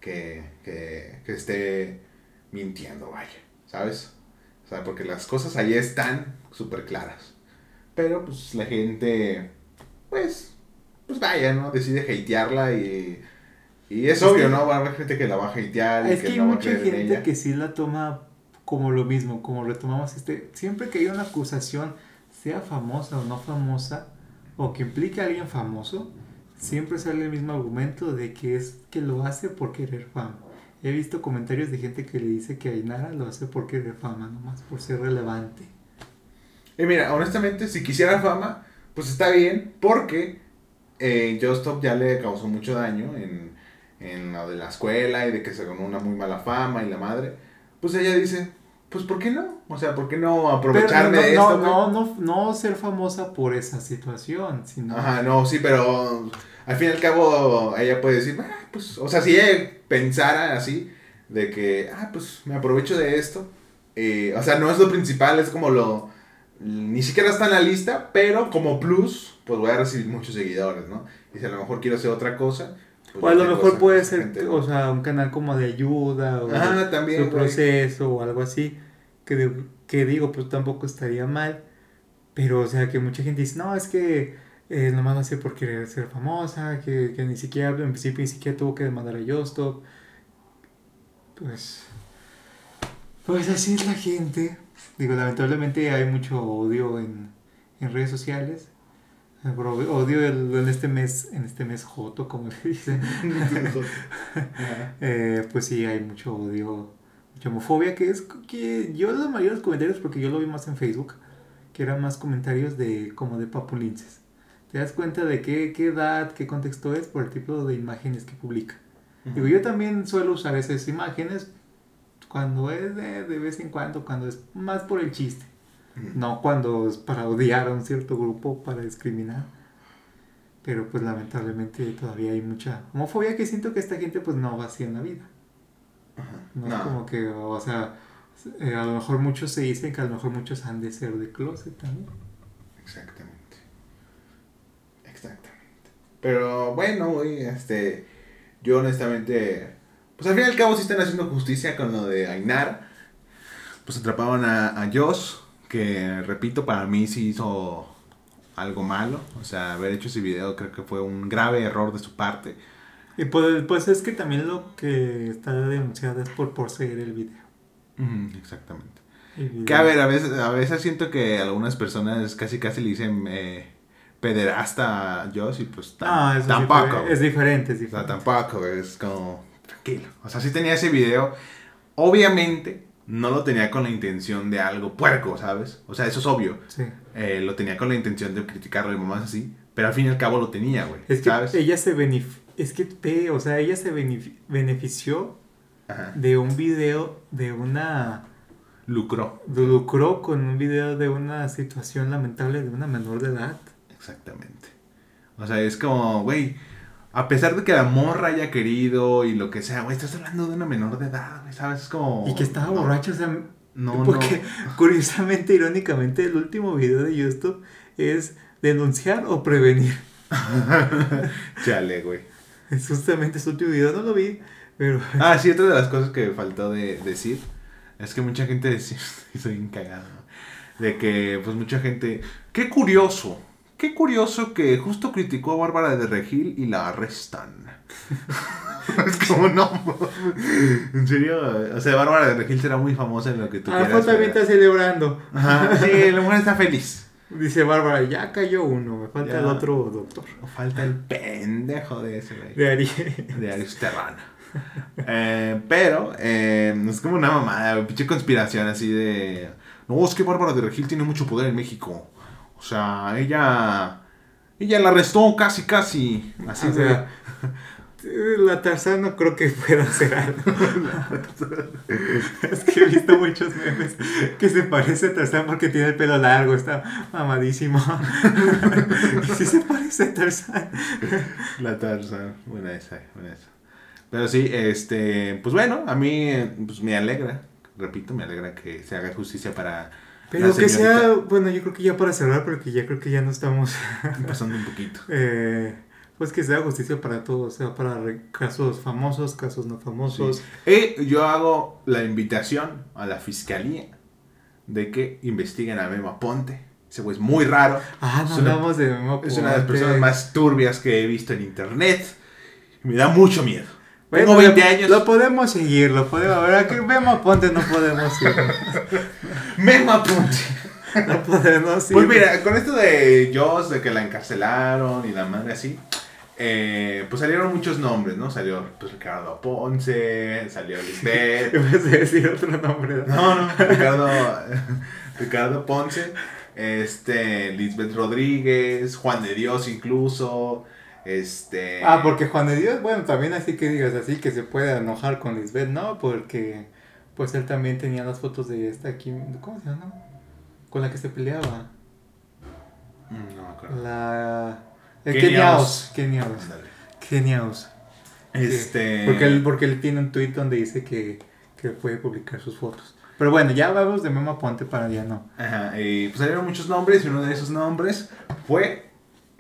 Que esté mintiendo, vaya, ¿sabes? O sea, porque las cosas ahí están súper claras. Pero, pues, la gente, pues vaya, ¿no? Decide hatearla y es obvio, ¿no? Va a haber gente que la va a hatear y que no va a creer en ella. Es que hay mucha gente que sí la toma... como lo mismo, como retomamos siempre que hay una acusación, sea famosa o no famosa, o que implique a alguien famoso, siempre sale el mismo argumento de que es que lo hace por querer fama. He visto comentarios de gente que le dice que Ainara lo hace por querer fama, nomás por ser relevante. Y mira, honestamente, si quisiera fama, pues está bien, porque Just Stop ya le causó mucho daño en lo de la escuela y de que se ganó una muy mala fama y la madre. Pues ella dice, pues ¿por qué no? O sea, ¿por qué no aprovechar de esto? No ser famosa por esa situación, sino... Ajá, no, sí, pero al fin y al cabo ella puede decir, pues, o sea, si ella pensara así, de que, pues me aprovecho de esto, o sea, no es lo principal, es como ni siquiera está en la lista, pero como plus, pues voy a recibir muchos seguidores, ¿no? Y si a lo mejor quiero hacer otra cosa... Pues o a lo mejor puede ser, gente, o sea, un canal como de ayuda o también, su proceso o algo así, que digo, pues tampoco estaría mal, pero o sea, que mucha gente dice, no, es que nomás lo hace por querer ser famosa, que ni siquiera, en principio ni siquiera tuvo que demandar a Justop. Pues, pues así es la gente. Digo, lamentablemente hay mucho odio en redes sociales. Pero odio en este mes joto, como le dicen. Pues sí, hay mucho odio, mucha homofobia, que es que yo la mayoría de los comentarios, porque yo lo vi más en Facebook, que eran más comentarios de como de papulinces. Te das cuenta de qué edad, qué contexto es por el tipo de imágenes que publica. Digo, yo también suelo usar esas imágenes cuando es de vez en cuando es más por el chiste. No cuando es para odiar a un cierto grupo, para discriminar. Pero pues lamentablemente todavía hay mucha homofobia que siento que esta gente pues no va así en la vida. No es No, como que, o sea, a lo mejor muchos se dicen que a lo mejor muchos han de ser de closet también. exactamente. Exactamente. Pero bueno, güey, yo honestamente, pues al fin y al cabo sí están haciendo justicia con lo de Ainara. Pues atrapaban a Joss, que repito, para mí sí hizo algo malo. O sea, haber hecho ese video creo que fue un grave error de su parte. Y pues es que también lo que está denunciado es por poseer el video. Exactamente. El Que a video. ver, a veces siento que algunas personas casi casi le dicen pederasta a Joss y pues No, eso tampoco. es diferente, es O sea, diferente. tampoco, es como tranquilo. O sea, sí tenía ese video. Obviamente no lo tenía con la intención de algo puerco, ¿sabes? O sea, eso es obvio. Sí. Lo tenía con la intención de criticarlo y mamás así. Pero al fin y al cabo lo tenía, güey. Es que ¿Sabes? ella se o sea, ella se benefició Ajá. de un video de una Lucró. lucró con un video de una situación lamentable de una menor de edad. Exactamente. O sea, es como, güey, a pesar de que la morra haya querido y lo que sea, güey, estás hablando de una menor de edad, güey, ¿sabes? Es como... Y que estaba no, borracho, o sea, no, porque no. curiosamente, irónicamente, el último video de YouTube es denunciar o prevenir. Chale, güey. Es justamente su último video, no lo vi, pero Ah, sí, otra de las cosas que faltó de decir es que mucha gente decía, estoy bien cagado, ¿no? De que, pues mucha gente, qué curioso que justo criticó a Bárbara de Regil y la arrestan. Es como, no, en serio, o sea, Bárbara de Regil será muy famosa en lo que tú quieras. Alfa también Pero... está celebrando. Ajá, sí, la mujer está feliz. Dice Bárbara, ya cayó uno, me falta Ya. el otro doctor. Falta el pendejo de ese, güey. De Ariel. De Aris Terrana. Pero es como una mamada, pinche conspiración así de... No, es que Bárbara de Regil tiene mucho poder en México. O sea, ella la arrestó casi, casi. Así O de... sea, la Tarzán no creo que pueda hacer algo. Es que he visto muchos memes que se parece a Tarzán porque tiene el pelo largo, está mamadísimo. Y sí se parece a Tarzán. La Tarzán. Buena esa, buena esa. Pero sí, pues bueno, a mí pues me alegra. Repito, me alegra que se haga justicia para la Pero que señorita. sea, bueno, yo creo que ya para cerrar, porque ya creo que ya no estamos. Pasando un poquito. Pues que sea justicia para todos, sea para casos famosos, casos no famosos. Sí. Y yo hago la invitación a la fiscalía de que investiguen a Memo Aponte. Ese güey es muy raro. Ah, no Es una, hablamos de Memo es una de las Aponte. personas más turbias que he visto en internet. Y me da mucho miedo. Bueno, Tengo 20 años. Lo podemos seguir, lo podemos. Ahora que Memo Aponte no podemos ir. Memo Aponte. No podemos ir. Pues mira, con esto de Joss, de que la encarcelaron y la madre así, pues salieron muchos nombres, ¿no? Salió pues Ricardo Ponce, salió Lisbeth. Ibas a decir otro nombre. No, Ricardo Ponce, Lisbeth Rodríguez, Juan de Dios incluso, Ah, porque Juan de Dios, bueno, también así que digas así que se puede enojar con Lisbeth, ¿no? Porque pues él también tenía las fotos de esta aquí, ¿cómo se llama? Con la que se peleaba. No me acuerdo. La... Keniaos. Keniaos. Ándale. Keniaos. Porque él tiene un tweet donde dice que puede publicar sus fotos. Pero bueno, ya vamos de Memo Aponte para ya no. Ajá, y pues salieron muchos nombres y uno de esos nombres fue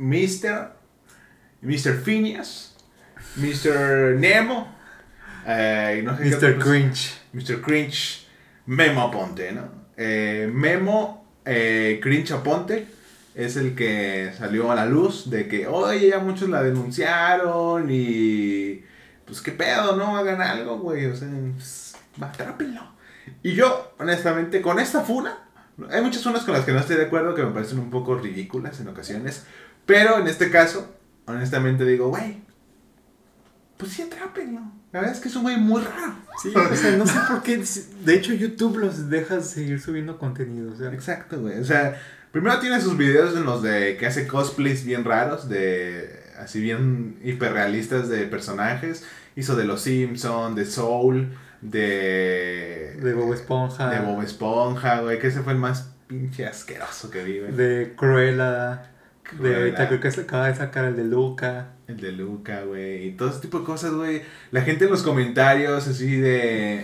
Mr. Phineas, Mr. Nemo, y no sé qué Mr. otros. Cringe. Mr. Cringe, Memo Aponte, ¿no? Memo Cringe Aponte es el que salió a la luz de que, oye, ya muchos la denunciaron y pues qué pedo, ¿no? Hagan algo, güey, o sea, pues, atrápenlo. Y yo, honestamente, con esta funa, hay muchas funas con las que no estoy de acuerdo, que me parecen un poco ridículas en ocasiones, pero en este caso, honestamente digo, güey, pues sí, atrápenlo. La verdad es que es un güey muy raro. Sí, o sea, no sé por qué. De hecho, YouTube los deja seguir subiendo contenido. O sea. Exacto, güey. O sea, primero tiene sus videos en los de que hace cosplays bien raros, de así bien hiperrealistas de personajes. Hizo de Los Simpson, de Soul, de Bob Esponja. De Bob Esponja, güey. Que ese fue el más pinche asqueroso que vi, güey. De Cruella. De ahorita creo que se acaba de sacar el de Luca. El de Luca, güey. Y todo ese tipo de cosas, güey. La gente en los comentarios, así de.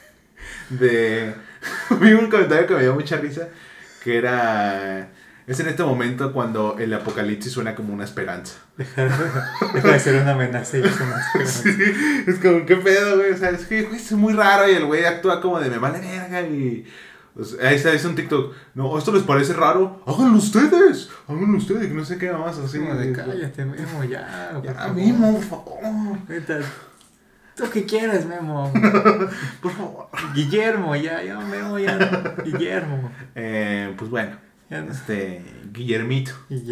Vi un comentario que me dio mucha risa. Que era. Es en este momento cuando el apocalipsis suena como una esperanza. Deja de ser una amenaza y es una esperanza. Sí, es como, ¿qué pedo, güey? O sea, es que güey, es muy raro y el güey actúa como de me vale verga y. Pues, ahí está, es un TikTok. No, ¿esto les parece raro? Háganlo ustedes, que no sé qué más así. Como de cállate, Memo, ya. Ya, Memo, por favor. Tú que quieres, Memo. Por favor. Guillermo, ya, Memo, ya. No. Guillermo. Pues bueno, ya no. Guillermito.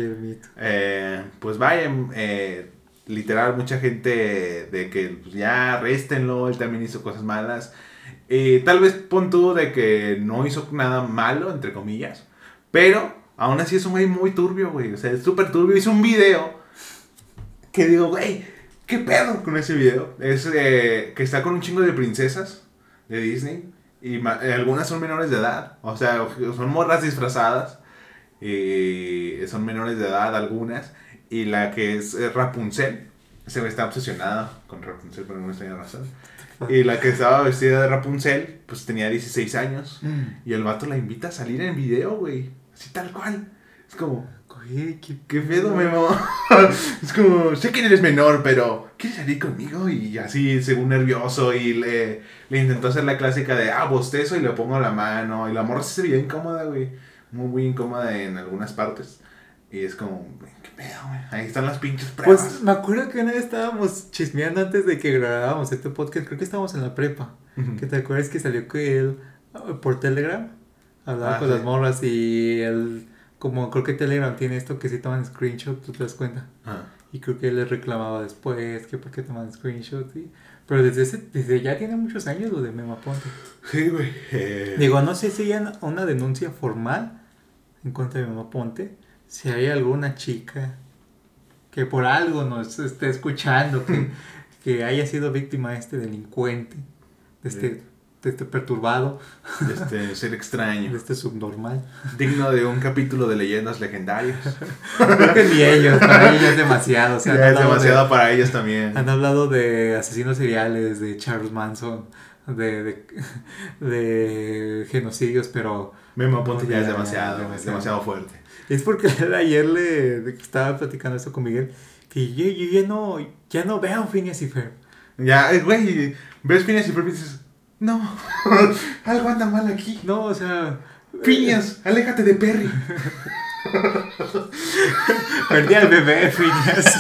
Pues vaya, literal, mucha gente de que pues, ya arréstenlo, él también hizo cosas malas. Tal vez pon tú de que no hizo nada malo, entre comillas, pero aún así es un güey muy turbio, güey, o sea, es súper turbio. Hizo un video que digo, güey, ¿qué pedo con ese video? Es que está con un chingo de princesas de Disney y algunas son menores de edad, o sea, son morras disfrazadas y son menores de edad algunas, y la que es Rapunzel, ese güey está obsesionado con Rapunzel por alguna extraña razón. Y la que estaba vestida de Rapunzel, pues tenía 16 años. Y el vato la invita a salir en video, güey. Así tal cual. Es como, güey, ¿qué pedo, Memo? Es como, sé que eres menor, pero ¿quieres salir conmigo? Y así, según nervioso, y le intentó hacer la clásica de, bostezo y le pongo la mano. Y la morra se veía incómoda, güey. Muy, muy incómoda en algunas partes. Y es como, ¿qué pedo, güey? Ahí están las pinches pruebas. Pues me acuerdo que una vez estábamos chismeando antes de que grabábamos este podcast. Creo que estábamos en la prepa. Uh-huh. ¿Que te acuerdas que salió que él por Telegram hablaba con las morras y él, como creo que Telegram tiene esto que si toman screenshot, tú te das cuenta? Y creo que él le reclamaba después que por qué toman screenshot. Pero desde ya tiene muchos años lo de Memo Aponte. Sí, güey. Digo, no sé si hay una denuncia formal en contra de Memo Aponte. Si hay alguna chica que por algo nos esté escuchando, que haya sido víctima de este delincuente, de este perturbado, de este ser extraño, de este subnormal, digno de un capítulo de Leyendas Legendarias. Creo que ni ellos, para ellos es demasiado. O sea, ya es demasiado para ellos también. Han hablado de asesinos seriales, de Charles Manson, de genocidios, pero Memo Aponte ya es demasiado fuerte. Es porque ayer estaba platicando esto con Miguel, que yo ya no veo Phineas y Ferb. Ya, güey, ves Phineas y Ferb y dices, no, algo anda mal aquí. No, o sea... Phineas, aléjate de Perry. Perdí al bebé, Phineas.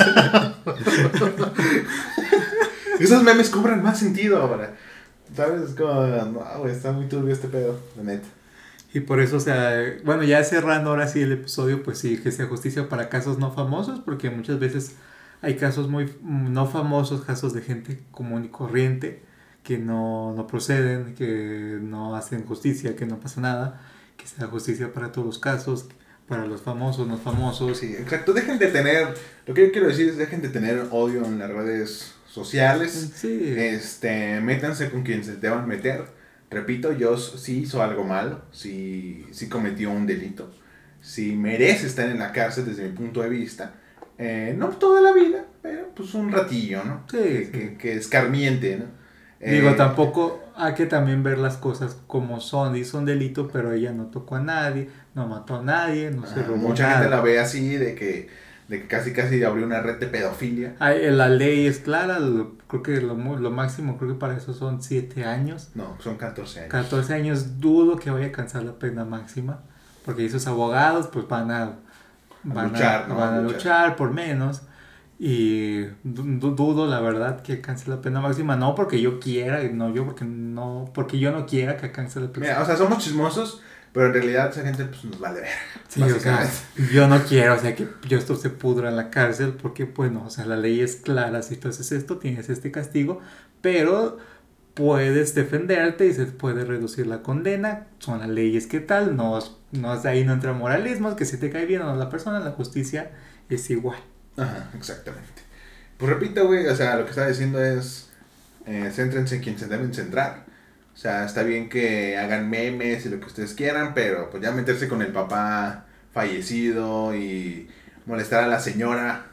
Esos memes cobran más sentido ahora. ¿Sabes? Es como, no, güey, está muy turbio este pedo, la neta. Y por eso, o sea, bueno, ya cerrando ahora sí el episodio, pues sí, que sea justicia para casos no famosos, porque muchas veces hay casos muy no famosos, casos de gente común y corriente, que no proceden, que no hacen justicia, que no pasa nada, que sea justicia para todos los casos, para los famosos, no famosos. Sí, exacto, dejen de tener, lo que yo quiero decir es dejen de tener odio en las redes sociales, sí. Métanse con quien se deban meter. Repito, yo sí hizo algo malo, sí cometió un delito, sí merece estar en la cárcel desde mi punto de vista, no toda la vida, pero pues un ratillo, ¿no? Sí, que escarmiente, ¿no? Digo, tampoco hay que también ver las cosas como son, hizo un delito, pero ella no tocó a nadie, no mató a nadie, no se robó mucha nada. Gente la ve así, de que casi abrió una red de pedofilia. La ley es clara, creo que lo máximo, creo que para eso son 7 años. No, son 14 años. 14 años, dudo que vaya a alcanzar la pena máxima, porque esos abogados pues van a van a luchar por menos. Y dudo la verdad que alcance la pena máxima. No porque yo quiera, porque yo no quiera que alcance la pena. Mira, o sea, somos chismosos, pero en realidad esa gente pues nos vale ver. Sí, o sea, yo no quiero, o sea, que yo esto se pudra en la cárcel porque, bueno, o sea, la ley es clara, si tú haces esto, tienes este castigo, pero puedes defenderte y se puede reducir la condena, son las leyes que tal, ahí no entra moralismo, que si te cae bien o no la persona, la justicia es igual. Ajá, exactamente. Pues repito, güey, o sea, lo que estaba diciendo es, céntrense en quien se deben centrar. O sea, está bien que hagan memes y lo que ustedes quieran, pero pues ya meterse con el papá fallecido y molestar a la señora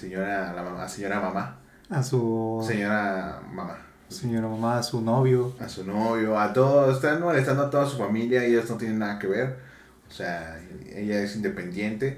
mamá. A su Señora mamá. señora mamá, a su novio. A su novio, a todos, están molestando a toda su familia y ellos no tienen nada que ver. O sea, ella es independiente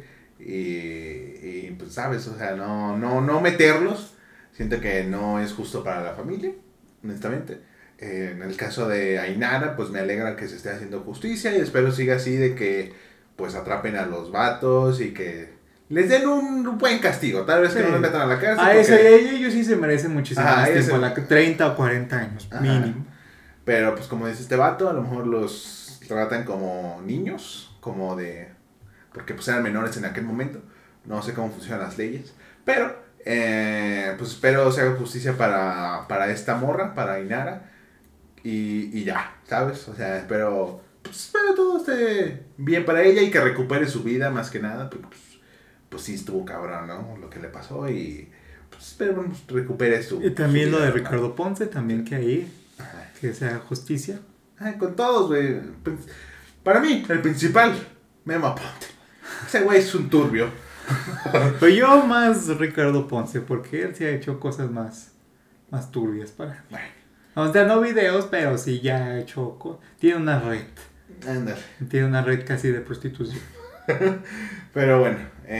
y pues sabes, o sea, no meterlos. Siento que no es justo para la familia, honestamente. En el caso de Ainara, pues me alegra que se esté haciendo justicia y espero siga así de que pues atrapen a los vatos y que les den un buen castigo. Tal vez que no los metan a la cárcel. Ellos sí se merecen muchísimo más tiempo, 30 o 40 años, mínimo. Pero pues como dice este vato, a lo mejor los tratan como niños, porque pues eran menores en aquel momento. No sé cómo funcionan las leyes. Pero pues espero se haga justicia para esta morra, para Ainara. Y ya, ¿sabes? O sea, espero todo esté bien para ella y que recupere su vida más que nada. Porque pues sí estuvo cabrón, ¿no? Lo que le pasó y pues espero recupere su Y también su vida, lo de Ricardo Ponce, también que ahí, Ajá. que se haga justicia. Con todos, güey. Para mí, el principal, Memo Aponte. Ese güey es un turbio. Pero yo más Ricardo Ponce, porque él sí ha hecho cosas más turbias para mí. Bueno. O sea, no videos, pero sí ya ha hecho... Tiene una red. Ándale. Tiene una red casi de prostitución. Pero bueno,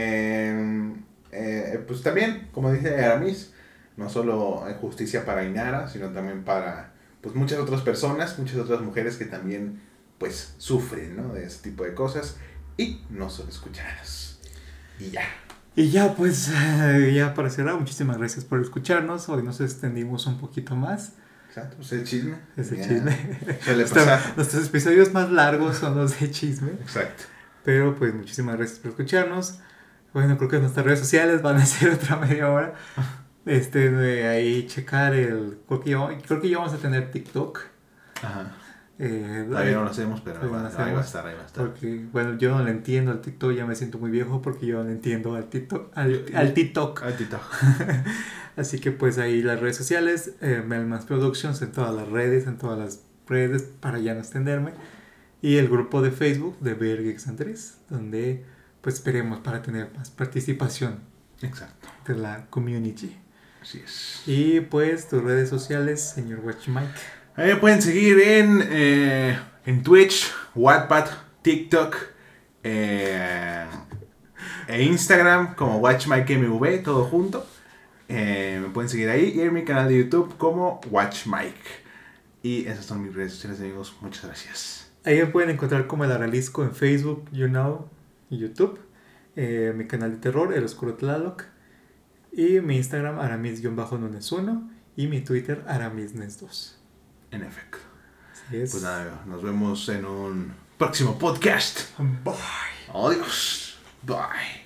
pues también, como dice Aramis, no solo hay justicia para Ainara, sino también para pues muchas otras personas, muchas otras mujeres que también pues sufren, ¿no? De ese tipo de cosas y no son escuchadas. Y ya. Y ya, pues, ya para cerrar, muchísimas gracias por escucharnos. Hoy nos extendimos un poquito más. Exacto, pues el chisme. Ese chisme. Suele pasar. Nuestros episodios más largos son los de chisme. Exacto. Pero pues muchísimas gracias por escucharnos. Bueno, creo que nuestras redes sociales van a ser otra media hora. De ahí checar creo que ya vamos a tener TikTok. Ajá. Todavía no lo hacemos, pero ahí va a estar. Porque, bueno, yo no le entiendo al TikTok, ya me siento muy viejo porque yo no le entiendo al TikTok. Al TikTok. Así que pues ahí las redes sociales, Melmans Productions en todas las redes, para ya no extenderme. Y el grupo de Facebook de Vergex Andrés, donde pues esperemos para tener más participación. Exacto. De la community. Así es. Y pues tus redes sociales, señor Watch Mike. Ahí me pueden seguir en Twitch, Wattpad, TikTok e Instagram como WatchMikeMV, todo junto. Me pueden seguir ahí y en mi canal de YouTube como WatchMike. Y esas son mis redes sociales, amigos. Muchas gracias. Ahí me pueden encontrar como El Aralisco en Facebook, y YouTube. Mi canal de terror, El Oscuro Tlaloc. Y mi Instagram, Aramis-Nunes1. Y mi Twitter, AramisNes2. En efecto. Así es. Pues nada, nos vemos en un próximo podcast. Bye. Adiós. Bye.